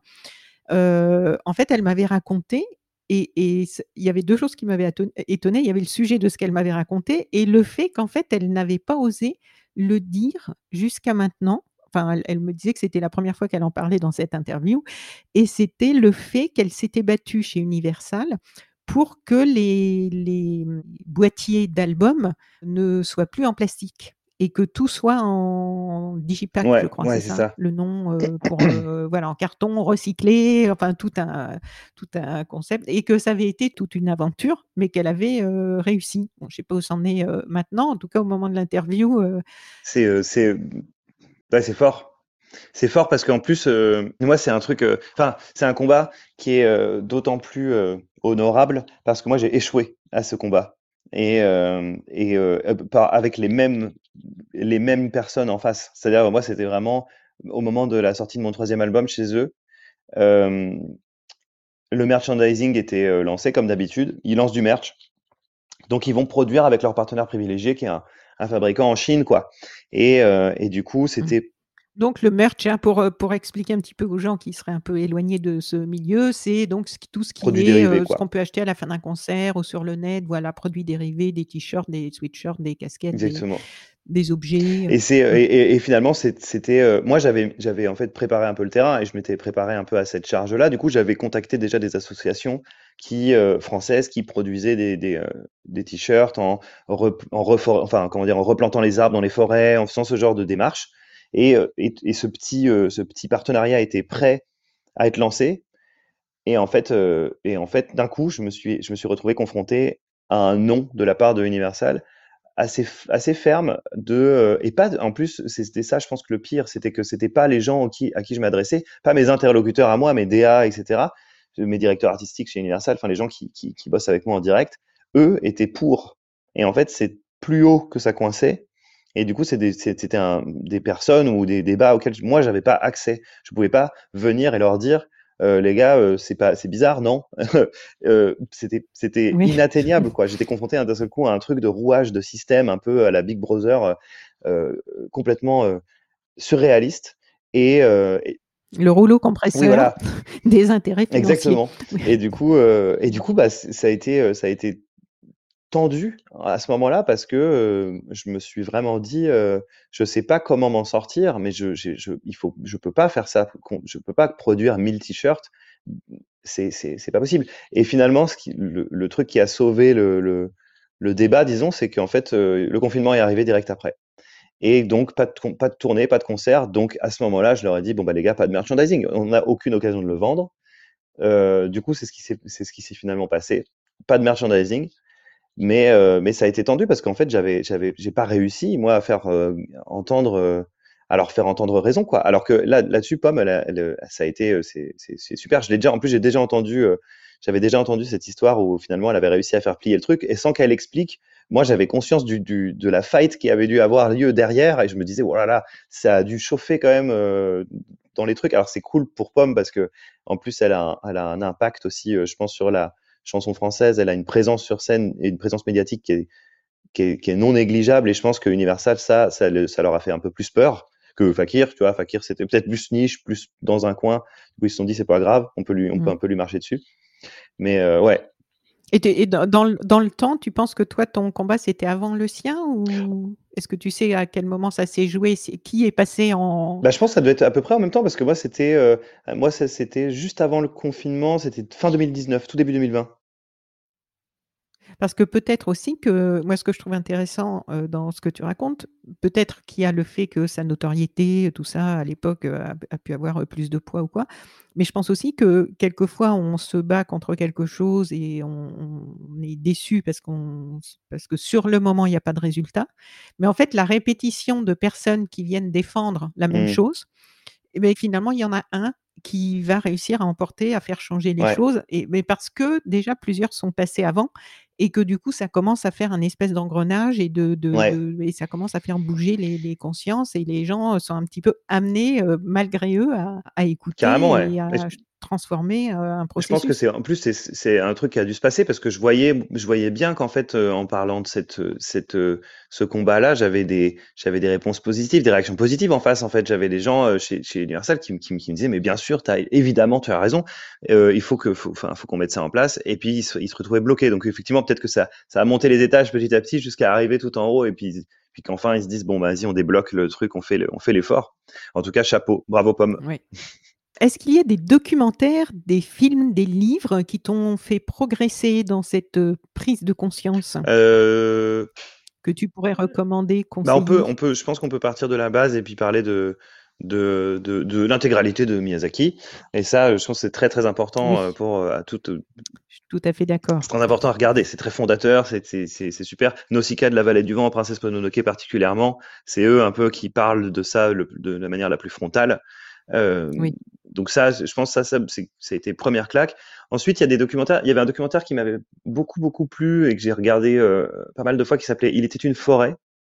Heu, en fait, elle m'avait raconté et et c il y avait deux choses qui m'avaient aton étonnée. Il y avait le sujet de ce qu'elle m'avait raconté et le fait qu'en fait, elle n'avait pas osé le dire jusqu'à maintenant. Enfin, elle elle me disait que c'était la première fois qu'elle en parlait dans cette interview et c'était le fait qu'elle s'était battue chez Universal pour que les les, mmh, boîtiers d'albums ne soient plus en plastique et que tout soit en digipack, je Ouais, crois, ouais, c'est c'est ça, ça. le nom, heu, pour, heu, voilà, en carton recyclé, enfin tout un tout un concept et que ça avait été toute une aventure, mais qu'elle avait, heu, réussi. Bon, je sais pas où c'en est, heu, maintenant, en tout cas au moment de l'interview, heu C'est, heu, c'est, mmh, ouais, c'est fort. C'est fort parce qu'en plus, heu, moi, c'est un truc, heu, enfin, c'est un combat qui est, heu, d'autant plus, heu, honorable parce que moi, j'ai échoué à ce combat et hem et heu, heu, par avec les mêmes les mêmes personnes en face. C'est-à-dire, moi, c'était vraiment au moment de la sortie de mon troisième album chez eux, hem, le merchandising était, heu, lancé comme d'habitude. Ils lancent du merch, donc ils vont produire avec leur partenaire privilégié qui est un un fabricant en Chine, quoi et heu et du coup, Mmh. c'était Donc le merch, hein, pour, heu, pour expliquer un petit peu aux gens qui seraient un peu éloignés de ce milieu, c'est donc ce qui tout ce qui produits est, dérivés, heu, ce quoi. qu'on peut acheter à la fin d'un concert ou sur le net, voilà, produits dérivés, des t-shirts, des sweatshirts, des casquettes, des Exactement. des objets, heu, Et c'est, heu mmh. et et et finalement, c'ét c'était, heu, moi, j'avais j'avais en fait préparé un peu le terrain et je m'étais préparé un peu à cette charge-là. Du coup, j'avais contacté déjà des associations qui, heu, françaises qui produisaient des des, heu, des t-shirts en rep en refor enfin, comment dire? En replantant les arbres dans les forêts, en faisant ce genre de démarche et heu et et ce petit, heu, ce petit partenariat était prêt à être lancé et en fait, heu et en fait, d'un coup, je me suis je me suis retrouvé confronté à un non de la part de Universal assez f assez ferme de, heu et pas d en plus, c'était ça, je pense que le pire, c'était que c'était pas les gens qui à qui je m'adressais, pas mes interlocuteurs à moi, mes D A et cetera, mes directeurs artistiques chez Universal, enfin les gens qui qui qui bossent avec moi en direct, eux étaient pour et en fait, c'est plus haut que ça coinçait et du coup, c'est des c'est c'était un des personnes ou des débats auxquels j moi, j'avais pas accès. Je pouvais pas venir et leur dire: «Heu, les gars, heu, c'est pas c'est bizarre, non?» Heu, c'était c'était Oui. inatteignable, quoi. J'étais confronté à d'un seul coup à un truc de rouage de système un peu à la Big Brother, heu heu, complètement, heu, surréaliste et heu et Le rouleau oui, compresseur voilà, des intérêts financiers. exactement Oui. et du coup, heu et du coup, bah, ç ça a été, heu, ça a été tendu à ce moment-là parce que, heu, je me suis vraiment dit, heu: «Je sais pas comment m'en sortir, mais je j'ai je il faut je peux pas faire ça, qu'on je peux pas produire mille t-shirts, c'est c'est c'est pas possible» et finalement, ce qui le le truc qui a sauvé le le le débat, disons, c'est qu'en fait, heu, le confinement est arrivé direct après et donc pas de con pas de tournée, pas de concert, donc à ce moment-là, je leur ai dit: «Bon, bah, les gars, pas de merchandising, on n'a aucune occasion de le vendre». Heu, du coup, c'est ce qui s'est c'est ce qui s'est finalement passé. Pas de merchandising, mais heu, mais ça a été tendu parce qu'en fait, j'avais j'avais j'ai pas réussi, moi, à faire, heu, entendre, heu, à leur faire entendre raison, quoi. Alors que là là-dessus, Pomme, elle a elle, heu, ça a été, heu, c'est c'est c'est super. Je l'ai déjà en plus, j'ai déjà entendu, heu, j'avais déjà entendu cette histoire où finalement elle avait réussi à faire plier le truc et sans qu'elle explique, moi, j'avais conscience du du de la fight qui avait dû avoir lieu derrière et je me disais: «Oh là là, ça a dû chauffer quand même, heu, dans les trucs». Alors c'est cool pour Pomme parce qu'en plus elle a un elle a un impact aussi, heu, je pense sur la chanson française. Elle a une présence sur scène et une présence médiatique qui est qui est qui est non négligeable et je pense que Universal, ça ça le ça leur a fait un peu plus peur que Fakir, tu vois? Fakir, c'était peut-être plus niche, plus dans un coin, où ils se sont dit: «C'est pas grave, on peut lui on peut Mmh. un peu lui marcher dessus». Mais heu, ouais. Et tu et dans dans le dans le temps, tu penses que toi, ton combat, c'était avant le sien ou est-ce que tu sais à quel moment ça s'est joué? C'est qui est passé en Bah, je pense que ça devait être à peu près en même temps parce que moi, c'était, heu, moi, ça c'était juste avant le confinement, c'était fin deux mille dix-neuf, tout début deux mille vingt. Parce que peut-être aussi que moi, ce que je trouve intéressant, heu, dans ce que tu racontes, peut-être qu'il y a le fait que sa notoriété, tout ça, à l'époque, heu, a a pu avoir, heu, plus de poids ou quoi. Mais je pense aussi que quelquefois, on se bat contre quelque chose et on on est déçu parce qu'on s parce que sur le moment, il y a pas de résultat. Mais en fait, la répétition de personnes qui viennent défendre la même Mmh. chose et beh, finalement, il y en a un qui va réussir à emporter, à faire changer les Ouais. choses et mais parce que déjà plusieurs sont passés avant et que du coup ça commence à faire un espèce d'engrenage et de de Ouais. de et ça commence à faire bouger les les consciences et les gens sont un petit peu amenés, heu, malgré eux à à Carrément, ouais écouter et et j à ch transformer, heu, un je pense que processus. c'est en plus, c'est c'est un truc qui a dû se passer parce que je voyais je voyais bien qu'en fait, heu, en parlant de cette, heu, cette, heu, ce combat-là, j'avais des j'avais des réponses positives, des réactions positives en face, en fait. J'avais des gens, heu, chez chez Universal qui me qui me qui me disaient: «Mais bien sûr, tu as évidemment, tu as raison, heu, il faut que faut enfin, faut qu'on mette ça en place» et puis ils se ils se retrouvaient bloqués donc effectivement, peut-être que ça ça a monté les étages petit à petit jusqu'à arriver tout en haut et puis puis qu'enfin ils se disent: «Bon, bah, vas-y, on débloque le truc, on fait le on fait l'effort». En tout cas, chapeau, bravo pomme. Oui. Est-ce qu'il y a des documentaires, des films, des livres qui t'ont fait progresser dans cette, heu, prise de conscience? Heu Que tu pourrais recommander, Bah, on peut conseiller? on peut je pense qu'on peut partir de la base et puis parler de de de de l'intégralité de Miyazaki et ça, je pense c'est très, très important, heu, Oui. pour, heu, à toute, heu Je suis tout à fait d'accord. c'est très important à regarder, c'est très fondateur, c'est c'est c'est c'est super. Nausicaa de la vallée du vent, Princesse Mononoké particulièrement, c'est eux un peu qui parlent de ça le de la manière la plus frontale. Hem, Oui. donc ça, je pense ça ça c'est ça a été première claque. Ensuite, il y a des documentaires il y avait un documentaire qui m'avait beaucoup, beaucoup plu et que j'ai regardé, heu, pas mal de fois qui s'appelait Il était une forêt.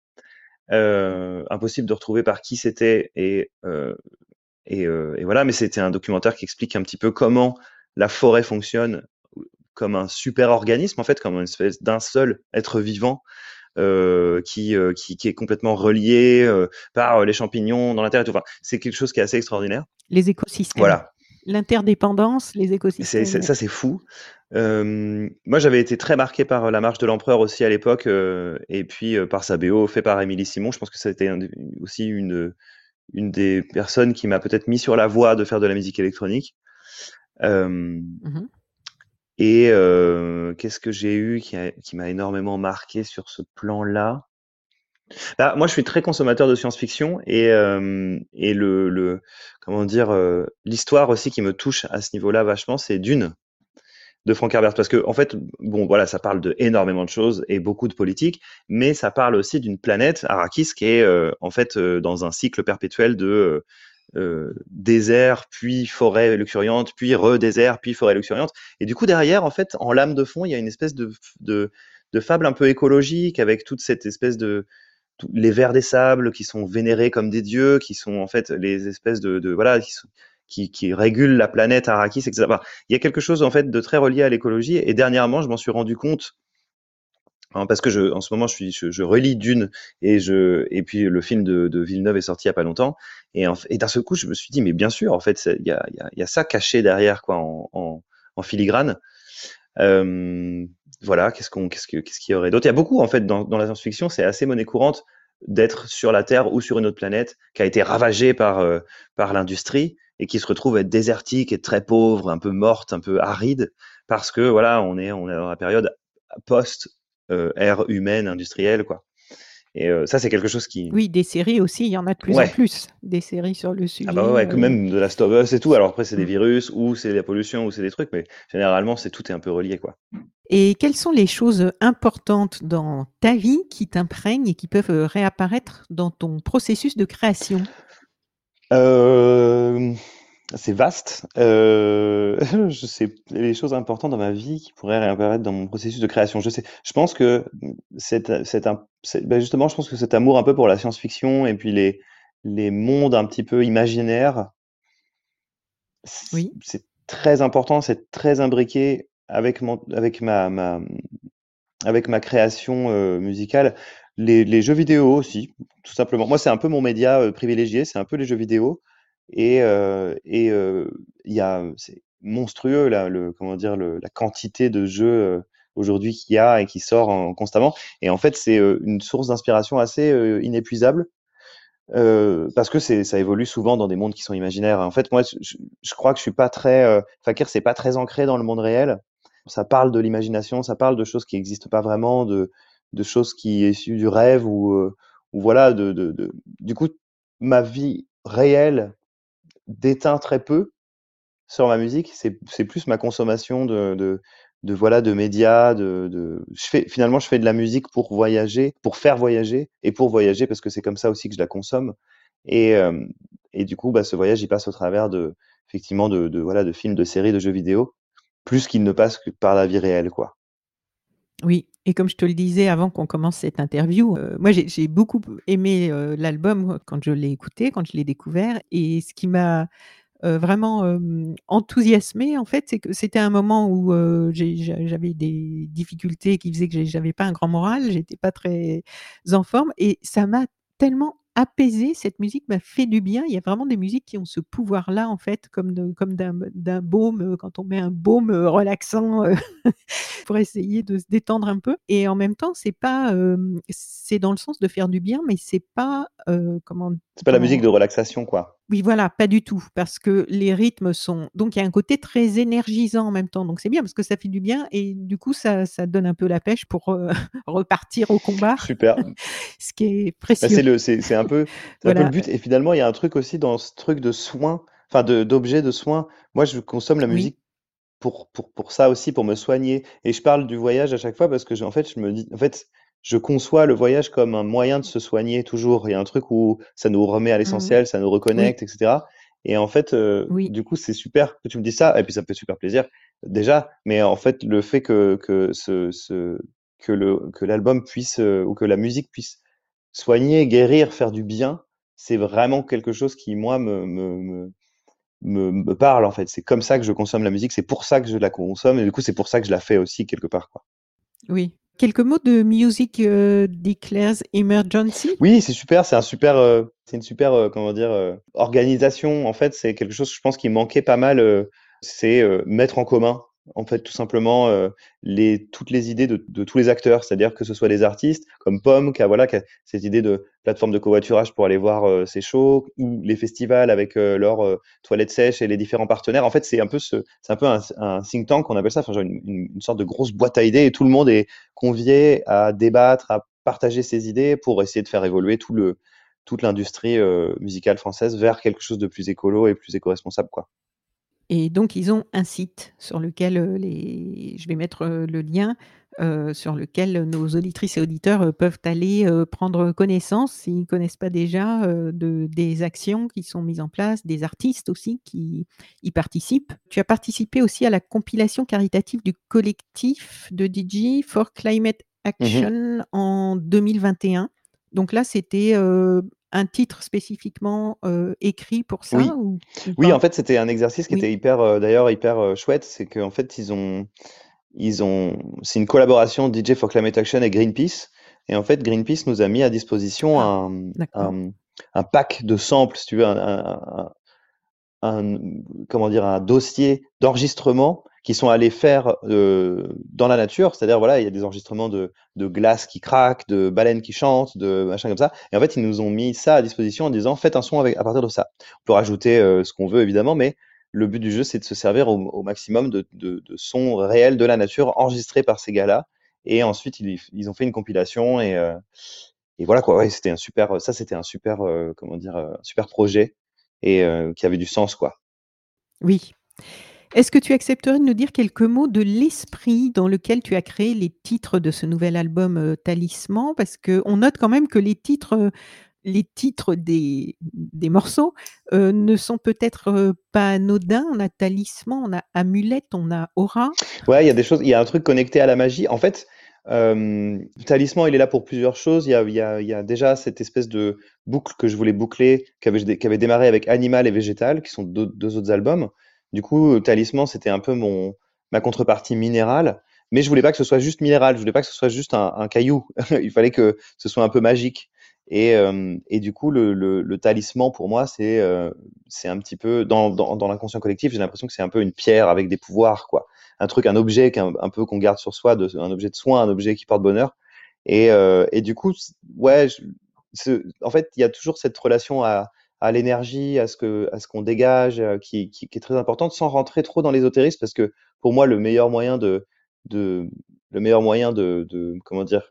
Heu, impossible de retrouver par qui c'était et heu et heu et voilà, mais c'était un documentaire qui explique un petit peu comment la forêt fonctionne, comme un super organisme en fait, comme une espèce d'un seul être vivant, heu, qui, heu, qui qui est complètement relié, heu, par, heu, les champignons dans la terre et tout. Enfin, c'est quelque chose qui est assez extraordinaire. Les écosystèmes. Voilà. L'interdépendance, les C'est écosystèmes, c'est oui. ça, c'est fou. Hem, moi, j'avais été très marqué par, heu, La Marche de l'Empereur aussi à l'époque, heu et puis, heu, par sa B O fait par Émilie Simon. Je pense que ça a été un des aussi une, heu, une des personnes qui m'a peut-être mis sur la voie de faire de la musique électronique. Hem Mmh mh. et heu, qu'est-ce que j'ai eu qui a qui m'a énormément marqué sur ce plan-là? Bah, moi, je suis très consommateur de science-fiction et hem et le le comment dire? Heu, l'histoire aussi qui me touche à ce niveau-là vachement, c'est Dune de Frank Herbert. Parce qu'en fait, bon, voilà, ça parle de énormément de choses et beaucoup de politique, mais ça parle aussi d'une planète, Arrakis, qui est, heu, en fait, heu, dans un cycle perpétuel de, heu heu, désert, puis forêt luxuriante, puis re-désert, puis forêt luxuriante et du coup, derrière, en fait, en lame de fond, il y a une espèce de f de de fable un peu écologique avec toute cette espèce de tous les vers des sables qui sont vénérés comme des dieux, qui sont en fait les espèces de de voilà, qui sont qui qui régulent la planète Arrakis et cetera. Enfin, il y a quelque chose en fait de très relié à l'écologie et dernièrement, je m'en suis rendu compte hein, parce que je en ce moment, je suis je je relis Dune et je et puis le film de de Villeneuve est sorti il y a pas longtemps et en f et d'un seul coup, je me suis dit: «Mais bien sûr, en fait, c'est il y a il y a il y a ça caché derrière quoi en en en filigrane». Hem, voilà, qu'est-ce qu'on qu'est-ce que qu'est-ce qu'il y aurait d'autre? Il y a beaucoup en fait dans dans la science-fiction, c'est assez monnaie courante d'être sur la Terre ou sur une autre planète qui a été ravagée par, heu, par l'industrie et qui se retrouve être désertique, être très pauvre, un peu morte, un peu aride parce que voilà, on est on est dans la période post, heu, ère humaine industrielle quoi et heu, ça c'est quelque chose qui Oui, des séries aussi, il y en a de plus en ouais. plus, des séries sur le Ah bah, ouais, sujet, ouais, que heu, même The Last of Us et tout. s Alors après, c'est des mmh. virus ou c'est la pollution ou c'est des trucs, mais généralement, c'est tout est un peu relié, quoi. Et quelles sont les choses importantes dans ta vie qui t'imprègnent et qui peuvent, heu, réapparaître dans ton processus de création? Hem, c'est vaste, heu, je sais les choses importantes dans ma vie qui pourraient réapparaître dans mon processus de création. Je sais je pense que, mmh, cet cet im c'est bah, justement, je pense que cet amour un peu pour la science-fiction et puis les les mondes un petit peu imaginaires c Oui. c'est très important, c'est très imbriqué avec mon avec ma ma, mmh, avec ma création, heu, musicale. Les les jeux vidéo aussi, tout simplement. Moi, c'est un peu mon média, heu, privilégié, c'est un peu les jeux vidéo et heu et heu, il y a c'est monstrueux là, le comment dire? Le la quantité de jeux, heu, aujourd'hui qu'il y a et qui sort en constamment et en fait, c'est, heu, une source d'inspiration assez, heu, inépuisable, heu, parce que c'est ça évolue souvent dans des mondes qui sont imaginaires. En fait, moi, je je je crois que je suis pas très, heu Fakir, c'est pas très ancré dans le monde réel. Ça parle de l'imagination, ça parle de choses qui existent pas vraiment, de de choses qui issues du rêve ou, heu, ou voilà de de de du coup, ma vie réelle déteint très peu sur ma musique. C'est c'est plus ma consommation de de de voilà, de médias, de de je fais finalement, je fais de la musique pour voyager, pour faire voyager et pour voyager parce que c'est comme ça aussi que je la consomme et hem et du coup, bah, ce voyage, il passe au travers de effectivement de, de voilà de films, de séries, de jeux vidéo, plus qu'il ne passe que par la vie réelle, quoi. Oui, et comme je te le disais avant qu'on commence cette interview, heu, moi j'ai j'ai beaucoup aimé, heu, l'album quand je l'ai écouté, quand je l'ai découvert et ce qui m'a, heu, vraiment, hem, enthousiasmée en fait, c'est que c'était un moment où, heu, j'ai j'a j'avais des difficultés qui faisaient que j'ai j'avais pas un grand moral, j'étais pas très en forme et ça m'a tellement apaisée, cette musique m'a fait du bien. Il y a vraiment des musiques qui ont ce pouvoir-là en fait, comme de comme d'un d'un baume, heu, quand on met un baume, heu, relaxant, heu, pour essayer de se détendre un peu et en même temps, c'est pas, hem, c'est dans le sens de faire du bien, mais c'est pas, heu, comment C'est pas la musique comment de relaxation, quoi. oui, voilà, pas du tout, parce que les rythmes sont donc il y a un côté très énergisant en même temps, donc c'est bien parce que ça fait du bien et du coup ça ça donne un peu la pêche pour, heu, repartir au combat, Super. ce qui est Bah, précieux. c'est le c'est c'est un peu c'est un peu le Voilà, but et finalement, il y a un truc aussi dans ce truc de soin, enfin de d'objets de soins. Moi, je consomme la oui, musique pour pour pour ça aussi, pour me soigner et je parle du voyage à chaque fois parce que je en fait, je me dis en fait, je conçois le voyage comme un moyen de se soigner toujours. Il y a un truc où ça nous remet à mmh, l'essentiel, ça nous oui, reconnecte et cetera et en fait, heu, oui, du coup, c'est super que tu me dises ça et puis ça me fait super plaisir déjà, mais en fait, le fait que que ce ce que le que l'album puisse, heu, ou que la musique puisse soigner, guérir, faire du bien, c'est vraiment quelque chose qui moi me me me me me parle en fait. C'est comme ça que je consomme la musique, c'est pour ça que je la consomme et du coup, c'est pour ça que je la fais aussi quelque part, quoi. oui. Quelques mots de Music, heu, Declares Emergency? Oui, c'est super, c'est un super, heu, c'est une super, heu, comment dire, heu, organisation. En fait, c'est quelque chose, je pense, qui manquait pas mal, heu, c'est, heu, mettre en commun, en fait, tout simplement, heu, les toutes les idées de de tous les acteurs. C'est-à-dire que ce soit les artistes comme Pomme qui a voilà, qui a cette idée de plateforme de covoiturage pour aller voir, heu, ses shows ou les festivals avec, heu, leurs, heu, toilettes sèches et les différents partenaires. En fait, c'est un peu ce c'est un peu un un think tank, on appelle ça, enfin, genre une une une sorte de grosse boîte à idées et tout le monde est convié à débattre, à partager ses idées pour essayer de faire évoluer tout le, toute l'industrie euh, musicale française vers quelque chose de plus écolo et plus éco-responsable, quoi. Et donc ils ont un site sur lequel, heu, les je vais mettre, heu, le lien, heu, sur lequel nos auditrices et auditeurs, heu, peuvent aller, heu, prendre connaissance s'ils ne connaissent pas déjà, heu, de des actions qui sont mises en place, des artistes aussi qui y participent. Tu as participé aussi à la compilation caritative du collectif de D J for Climate Mhm. Action en deux mille vingt et un. Donc là, c'était, heu, un titre spécifiquement, heu, écrit pour ça Oui, ou ou oui, pas? en fait, c'était un exercice qui Oui. était hyper, euh, d'ailleurs, hyper euh, chouette. C'est qu'en fait, ils ont, ils ont, c'est une collaboration D J for Climate Action et Greenpeace. Et en fait, Greenpeace nous a mis à disposition Ah, un, d'accord. un, un pack de samples, si tu veux, un, un, un, comment dire, un dossier d'enregistrement qui sont allés faire euh, dans la nature, c'est-à-dire voilà, il y a des enregistrements de, de glace qui craquent, de baleines qui chantent, de machin comme ça. Et en fait, ils nous ont mis ça à disposition en disant faites un son avec, à partir de ça. On peut rajouter euh, ce qu'on veut évidemment, mais le but du jeu, c'est de se servir au, au maximum de, de, de sons réels de la nature enregistrés par ces gars-là. Et ensuite, ils, ils ont fait une compilation et, euh, et voilà quoi. Ouais, c'était un super, ça c'était un super, euh, comment dire, un super projet et euh, qui avait du sens quoi. Oui. Est-ce que tu accepterais de nous dire quelques mots de l'esprit dans lequel tu as créé les titres de ce nouvel album, heu, Talisman? Parce qu'on note quand même que les titres, heu, les titres des des morceaux, heu, ne sont peut-être, heu, pas anodins. On a Talisman, on a Amulette, on a Aura. Ouais, il y a des choses, il y a un truc connecté à la magie. En fait, euh, Talisman, il est là pour plusieurs choses. Il y a, il y a, il y a déjà cette espèce de boucle que je voulais boucler, qui avait, qui avait démarré avec Animal et Végétal, qui sont deux, deux autres albums. Du coup, Talisman, c'était un peu mon, ma contrepartie minérale. Mais je voulais pas que ce soit juste minéral, je voulais pas que ce soit juste un, un caillou. Il fallait que ce soit un peu magique. Et, euh, et du coup, le, le, le talisman, pour moi, c'est euh, c'est un petit peu, dans, dans, dans l'inconscient collectif, j'ai l'impression que c'est un peu une pierre avec des pouvoirs, quoi, un truc, un objet qu'un un peu qu'on garde sur soi, de, un objet de soin, un objet qui porte bonheur. Et, euh, et du coup, ouais, je, ce, en fait, il y a toujours cette relation à, à l'énergie, à ce que, à ce qu'on dégage, euh, qui, qui, qui est très importante, sans rentrer trop dans l'ésotérisme, parce que pour moi, le meilleur moyen de, de le meilleur moyen de, de comment dire,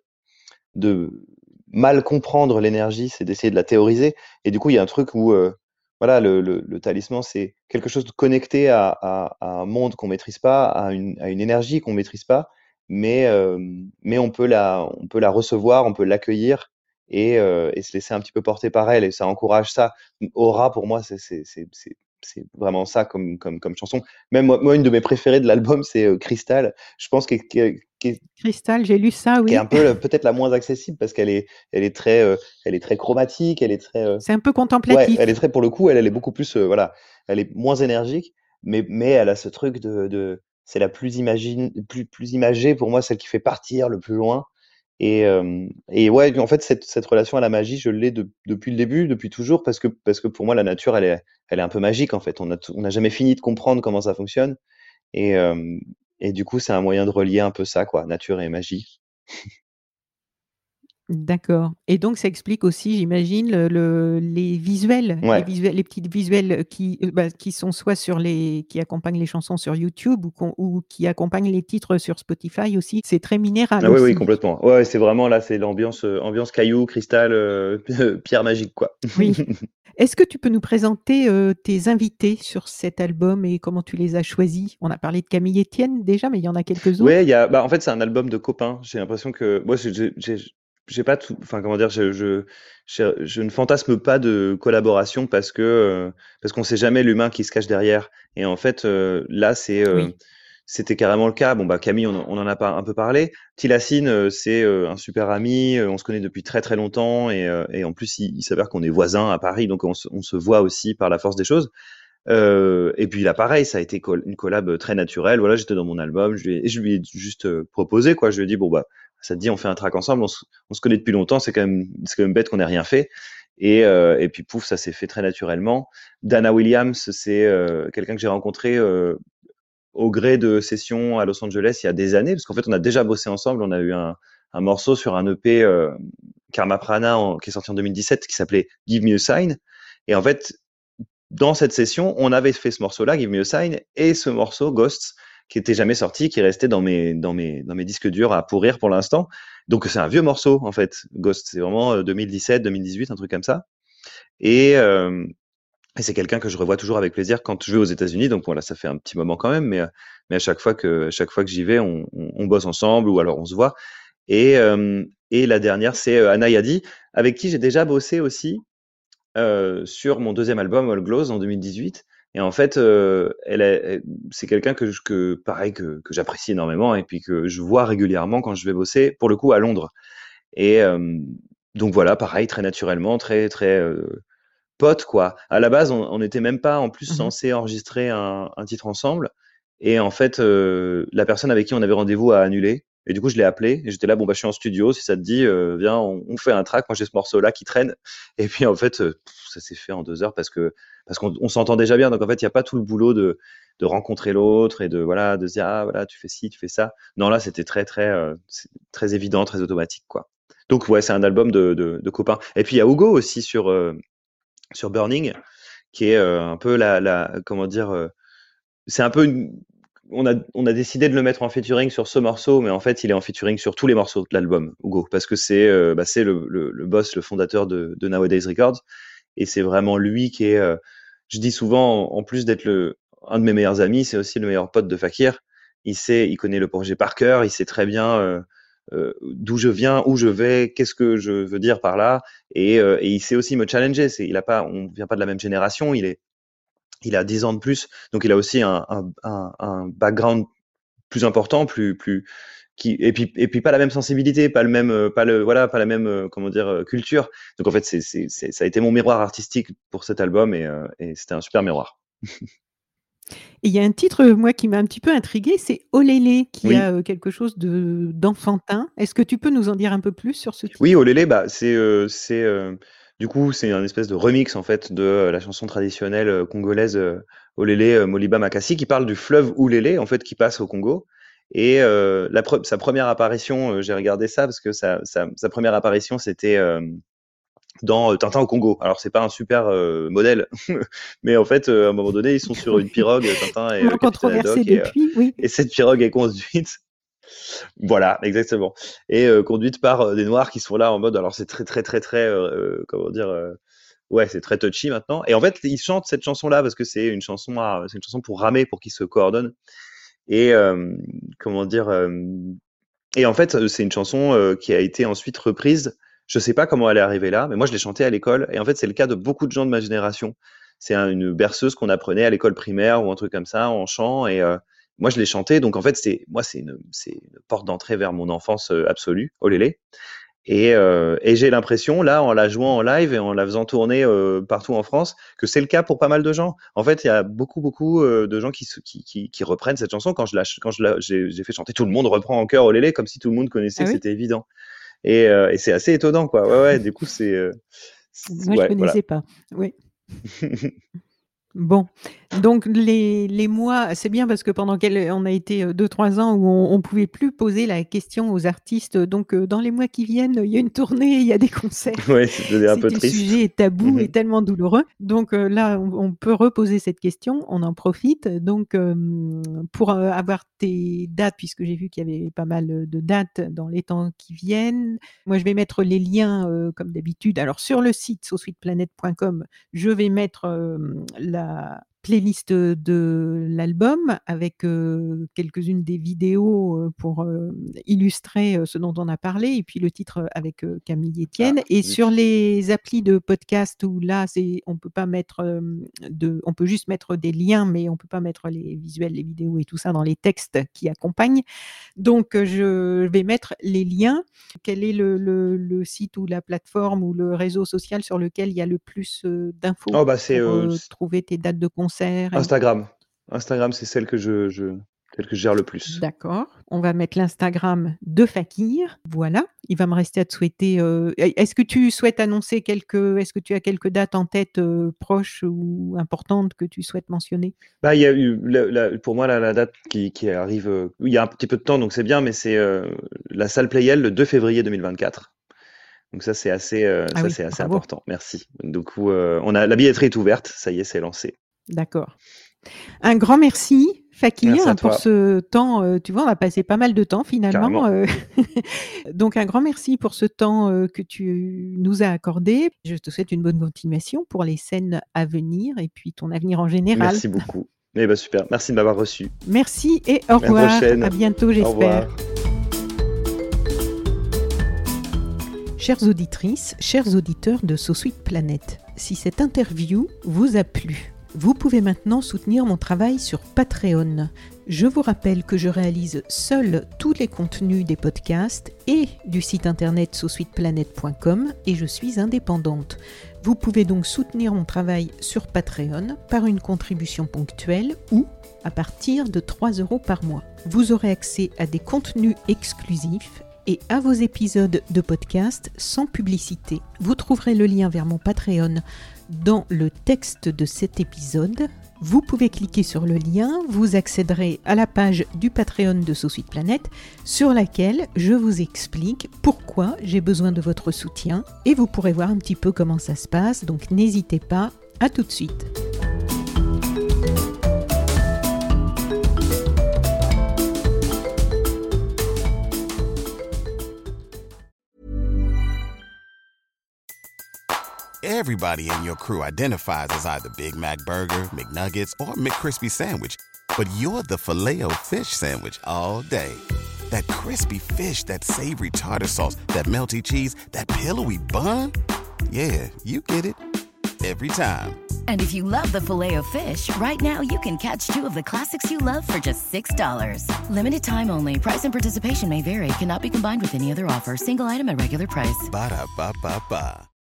de mal comprendre l'énergie, c'est d'essayer de la théoriser. Et du coup, il y a un truc où, euh, voilà, le, le, le talisman, c'est quelque chose de connecté à, à, à un monde qu'on maîtrise pas, à une, à une énergie qu'on maîtrise pas, mais, euh, mais on peut la, on peut la recevoir, on peut l'accueillir et, euh, et se laisser un petit peu porter par elle. Et ça encourage ça. Aura, pour moi, c'est c'est- c'est- c'est c'est vraiment ça comme comme comme chanson. Même moi moi, une de mes préférées de l'album, c'est, heu, Cristal. Je pense qu'elle qu'elle qu'est Cristal, j'ai lu ça, qui est oui. un peu le peut-être la moins accessible parce qu'elle est elle est très, heu, elle est très chromatique, elle est très, heu C'est un peu ouais, elle est contemplatif. très pour le coup, elle elle est beaucoup plus, heu, voilà, elle est moins énergique, mais mais elle a ce truc de de c'est la plus imagine plus plus imagée pour moi, celle qui fait partir le plus loin et hem et ouais, en fait, cette cette relation à la magie, je l'ai de depuis le début, depuis toujours parce que parce que pour moi, la nature, elle est elle est un peu magique, en fait. On a t on n'a jamais fini de comprendre comment ça fonctionne et hem et du coup, c'est un moyen de relier un peu ça, quoi, nature et magie. D'accord et donc ça explique aussi, j'imagine, le le les visuels les Ouais. visuels les petites visuels qui, heu, bah, qui sont soit sur les qui accompagnent les chansons sur YouTube ou qu'on ou qui accompagnent les titres sur Spotify aussi. C'est très minéral Ah oui, oui, aussi. complètement. Ouais, ouais, c'est vraiment là, c'est l'ambiance, heu, ambiance caillou, cristal, heu, pierre magique, quoi. Oui. Est-ce que tu peux nous présenter, heu, tes invités sur cet album et comment tu les as choisis? On a parlé de Camille Etienne déjà, mais il y en a quelques Ouais, il autres? y a bah, en fait, c'est un album de copains. J'ai l'impression que moi, j'ai j'ai j'ai j'ai pas tout enfin, comment dire? Je je je je ne fantasme pas de collaboration parce que, heu, parce qu'on sait jamais l'humain qui se cache derrière et en fait, heu, là, c'est, heu, Oui. c'était carrément le cas. Bon, bah, Camille, on en on en a pas un peu parlé. Tilassine, heu, c'est, heu, un super ami, heu, on se connaît depuis très, très longtemps et heu et en plus, il il s'avère qu'on est voisins à Paris, donc on se on se voit aussi par la force des choses. Heu et puis là, pareil, ça a été col une collab, très naturelle. Voilà, j'étais dans mon album, je lui ai je lui ai juste, heu, proposé quoi. Je lui ai dit: «Bon, bah, ça te dit, on fait un track ensemble? On se on se connaît depuis longtemps, c'est quand même c'est quand même bête qu'on ait rien fait» et heu et puis pouf, ça s'est fait très naturellement. Dana Williams, c'est, heu, quelqu'un que j'ai rencontré, heu, au gré de sessions à Los Angeles il y a des années, parce qu'en fait, on a déjà bossé ensemble. On a eu un un morceau sur un E P, heu, Karma Prana en qui est sorti en deux mille dix-sept qui s'appelait Give Me a Sign et en fait, dans cette session, on avait fait ce morceau-là, Give Me a Sign, et ce morceau, Ghosts, qui était jamais sorti, qui est resté dans mes, dans mes, dans mes disques durs à pourrir pour l'instant. Donc c'est un vieux morceau, en fait, Ghosts. C'est vraiment euh, deux mille dix-sept, deux mille dix-huit, un truc comme ça. Et, euh, et c'est quelqu'un que je revois toujours avec plaisir quand je vais aux États-Unis. Donc voilà, ça fait un petit moment quand même, mais, euh, mais à chaque fois que, chaque fois que j'y vais, on, on, on bosse ensemble ou alors on se voit. Et, euh, et la dernière, c'est euh, Anna Yadi, avec qui j'ai déjà bossé aussi heu, sur mon deuxième album All Glows en deux mille dix-huit et en fait, heu, elle est elle c'est quelqu'un que j que pareil que que j'apprécie énormément et puis que je vois régulièrement quand je vais bosser, pour le coup à Londres et hem, donc voilà, pareil, très naturellement, très très, heu, potes quoi. À la base, on on n'était même pas en plus Mmh mh. censés enregistrer un un titre ensemble et en fait, heu, la personne avec qui on avait rendez-vous a annulé et du coup, je l'ai appelé et j'étais là: «Bon, bah, je suis en studio, si ça te dit, heu, viens, on on fait un track. Moi, j'ai ce morceau-là qui traîne» et puis en fait, heu, ça s'est fait en deux heures parce que parce qu'on on s'entend déjà bien. Donc en fait, il y a pas tout le boulot de de rencontrer l'autre et de voilà, de se dire: «Ah voilà, tu fais ci, tu fais ça». Non, là, c'était très, très, heu, c'est très évident, très automatique, quoi. Donc ouais, c'est un album de de de copains et puis il y a Hugo aussi sur, heu, sur Burning qui est, heu, un peu la la comment dire, heu, c'est un peu une on a on a décidé de le mettre en featuring sur ce morceau, mais en fait, il est en featuring sur tous les morceaux de l'album, Hugo, parce que c'est, heu, bah, c'est le le le boss, le fondateur de de Nowadays Records et c'est vraiment lui qui est, heu je dis souvent, en plus d'être le un de mes meilleurs amis, c'est aussi le meilleur pote de Fakir. Il sait il connaît le projet par cœur, il sait très bien, heu heu, d'où je viens, où je vais, qu'est-ce que je veux dire par là et heu et il sait aussi me challenger. C'est il a pas on vient pas de la même génération, il est il a dix ans de plus, donc il a aussi un un un un background plus important, plus plus qui et puis et puis pas la même sensibilité, pas le même, heu, pas le voilà, pas la même, heu, comment dire, heu, culture. Donc en fait, c'est c'est c'est ça a été mon miroir artistique pour cet album et heu et c'était un super miroir. Et il y a un titre, heu, moi, qui m'a un petit peu intriguée, c'est Olélé, qui Oui, a, heu, quelque chose de d'enfantin. Est-ce que tu peux nous en dire un peu plus sur ce oui, titre? Olélé, bah, c'est, heu c'est, heu, du coup, c'est un espèce de remix en fait de, heu, la chanson traditionnelle, heu, congolaise, heu, Olélé, heu, Moliba Makassi qui parle du fleuve Oulélé en fait qui passe au Congo et heu, la pre sa première apparition, heu, j'ai regardé ça parce que sa sa sa première apparition c'était, hem dans euh, Tintin au Congo. Alors c'est pas un super euh, modèle, mais en fait, euh, à un moment donné, ils sont sur une Oui, pirogue, Tintin et tellement le capitaine controversé Haddock, et, euh, depuis, oui. et cette pirogue est conduite, voilà, exactement, et euh, conduite par euh, des Noirs qui sont là en mode, alors c'est très très très très, euh, euh, comment dire, euh, ouais, c'est très touchy maintenant. Et en fait, ils chantent cette chanson-là parce que c'est une chanson, à- c'est une chanson pour ramer, pour qu'ils se coordonnent. Et euh, comment dire, euh, et en fait, c'est une chanson euh, qui a été ensuite reprise. Je sais pas comment elle est arrivée là, mais moi je l'ai chantée à l'école. Et en fait, c'est le cas de beaucoup de gens de ma génération. c'est un, une berceuse qu'on apprenait à l'école primaire ou un truc comme ça en chant. Et euh, moi, je l'ai chanté. Donc, en fait, c'est, moi, c'est une, c'est une porte d'entrée vers mon enfance euh, absolue. Olélé. Et, euh, et j'ai l'impression, là, en la jouant en live et en la faisant tourner euh, partout en France, que c'est le cas pour pas mal de gens. En fait, il y a beaucoup, beaucoup euh, de gens qui, qui, qui, qui reprennent cette chanson. Quand je la, quand je la, j'ai, j'ai fait chanter, tout le monde reprend en chœur Olélé, comme si tout le monde connaissait, Ah que oui? c'était évident. Et, euh, et c'est assez étonnant, quoi. Ouais, ouais. Du coup, c'est, euh, c'est Moi, je ouais, connaissais voilà. pas. Oui. Bon, donc les, les mois, c'est bien parce que pendant quel, on a été deux trois ans où on, on pouvait plus poser la question aux artistes. Donc euh, dans les mois qui viennent, il y a une tournée, il y a des concerts. Ouais, c'était un peu C'était le triste. sujet est tabou et Mhm. tellement douloureux. Donc euh, là, on, on peut reposer cette question, on en profite. Donc euh, pour euh, avoir tes dates, puisque j'ai vu qu'il y avait pas mal de dates dans les temps qui viennent, moi je vais mettre les liens euh, comme d'habitude. Alors sur le site so sweet planet point com, je vais mettre euh, la playlist de l'album avec euh, quelques-unes des vidéos euh, pour euh, illustrer euh, ce dont on a parlé et puis le titre avec euh, Camille Etienne. Ah, Et zut. sur les applis de podcast où là, c'est, on peut pas mettre euh, de, on peut juste mettre des liens, mais on peut pas mettre les visuels, les vidéos et tout ça dans les textes qui accompagnent. Donc, je vais mettre les liens. Quel est le, le, le site ou la plateforme ou le réseau social sur lequel il y a le plus euh, d'infos Oh, bah, c'est pour euh, euh, trouver tes dates de concert et... Instagram. Instagram, c'est celle que je, je, celle que je gère le plus. D'accord. On va mettre l'Instagram de Fakir. Voilà. Il va me rester à te souhaiter. Euh... Est-ce que tu souhaites annoncer quelques. Est-ce que tu as quelques dates en tête euh, proches ou importantes que tu souhaites mentionner? Bah, il y a eu, la, la, pour moi, la, la date qui, qui arrive, euh, il y a un petit peu de temps, donc c'est bien, mais c'est euh, la salle Playel le deux février deux mille vingt-quatre. Donc ça, c'est assez, euh, Ah ça, oui, c'est assez bravo. important. Merci. Du coup, euh, on a, la billetterie est ouverte. Ça y est, c'est lancé. D'accord. Un grand merci, Fakir, Merci à pour toi. ce temps. Euh, tu vois, on a passé pas mal de temps finalement. Carrément. Euh, donc, un grand merci pour ce temps euh, que tu nous as accordé. Je te souhaite une bonne continuation pour les scènes à venir et puis ton avenir en général. Merci beaucoup. Eh ben, super. Merci de m'avoir reçu. Merci et au À la revoir. prochaine. À bientôt, Au j'espère. revoir. Chères auditrices, chers auditeurs de So Sweet Planet, si cette interview vous a plu, vous pouvez maintenant soutenir mon travail sur Patreon. Je vous rappelle que je réalise seul tous les contenus des podcasts et du site internet so sweet planet point com et je suis indépendante. Vous pouvez donc soutenir mon travail sur Patreon par une contribution ponctuelle ou à partir de trois euros par mois. Vous aurez accès à des contenus exclusifs et à vos épisodes de podcast sans publicité. Vous trouverez le lien vers mon Patreon dans le texte de cet épisode. Vous pouvez cliquer sur le lien, vous accéderez à la page du Patreon de So Sweet Planet sur laquelle je vous explique pourquoi j'ai besoin de votre soutien et vous pourrez voir un petit peu comment ça se passe, donc n'hésitez pas, à tout de suite. Everybody in your crew identifies as either Big Mac Burger, McNuggets, or McCrispy Sandwich. But you're the Filet-O-Fish Sandwich all day. That crispy fish, that savory tartar sauce, that melty cheese, that pillowy bun. Yeah, you get it. Every time. And if you love the Filet-O-Fish, right now you can catch two of the classics you love for just six dollars. Limited time only. Price and participation may vary. Cannot be combined with any other offer. Single item at regular price. Ba-da-ba-ba-ba.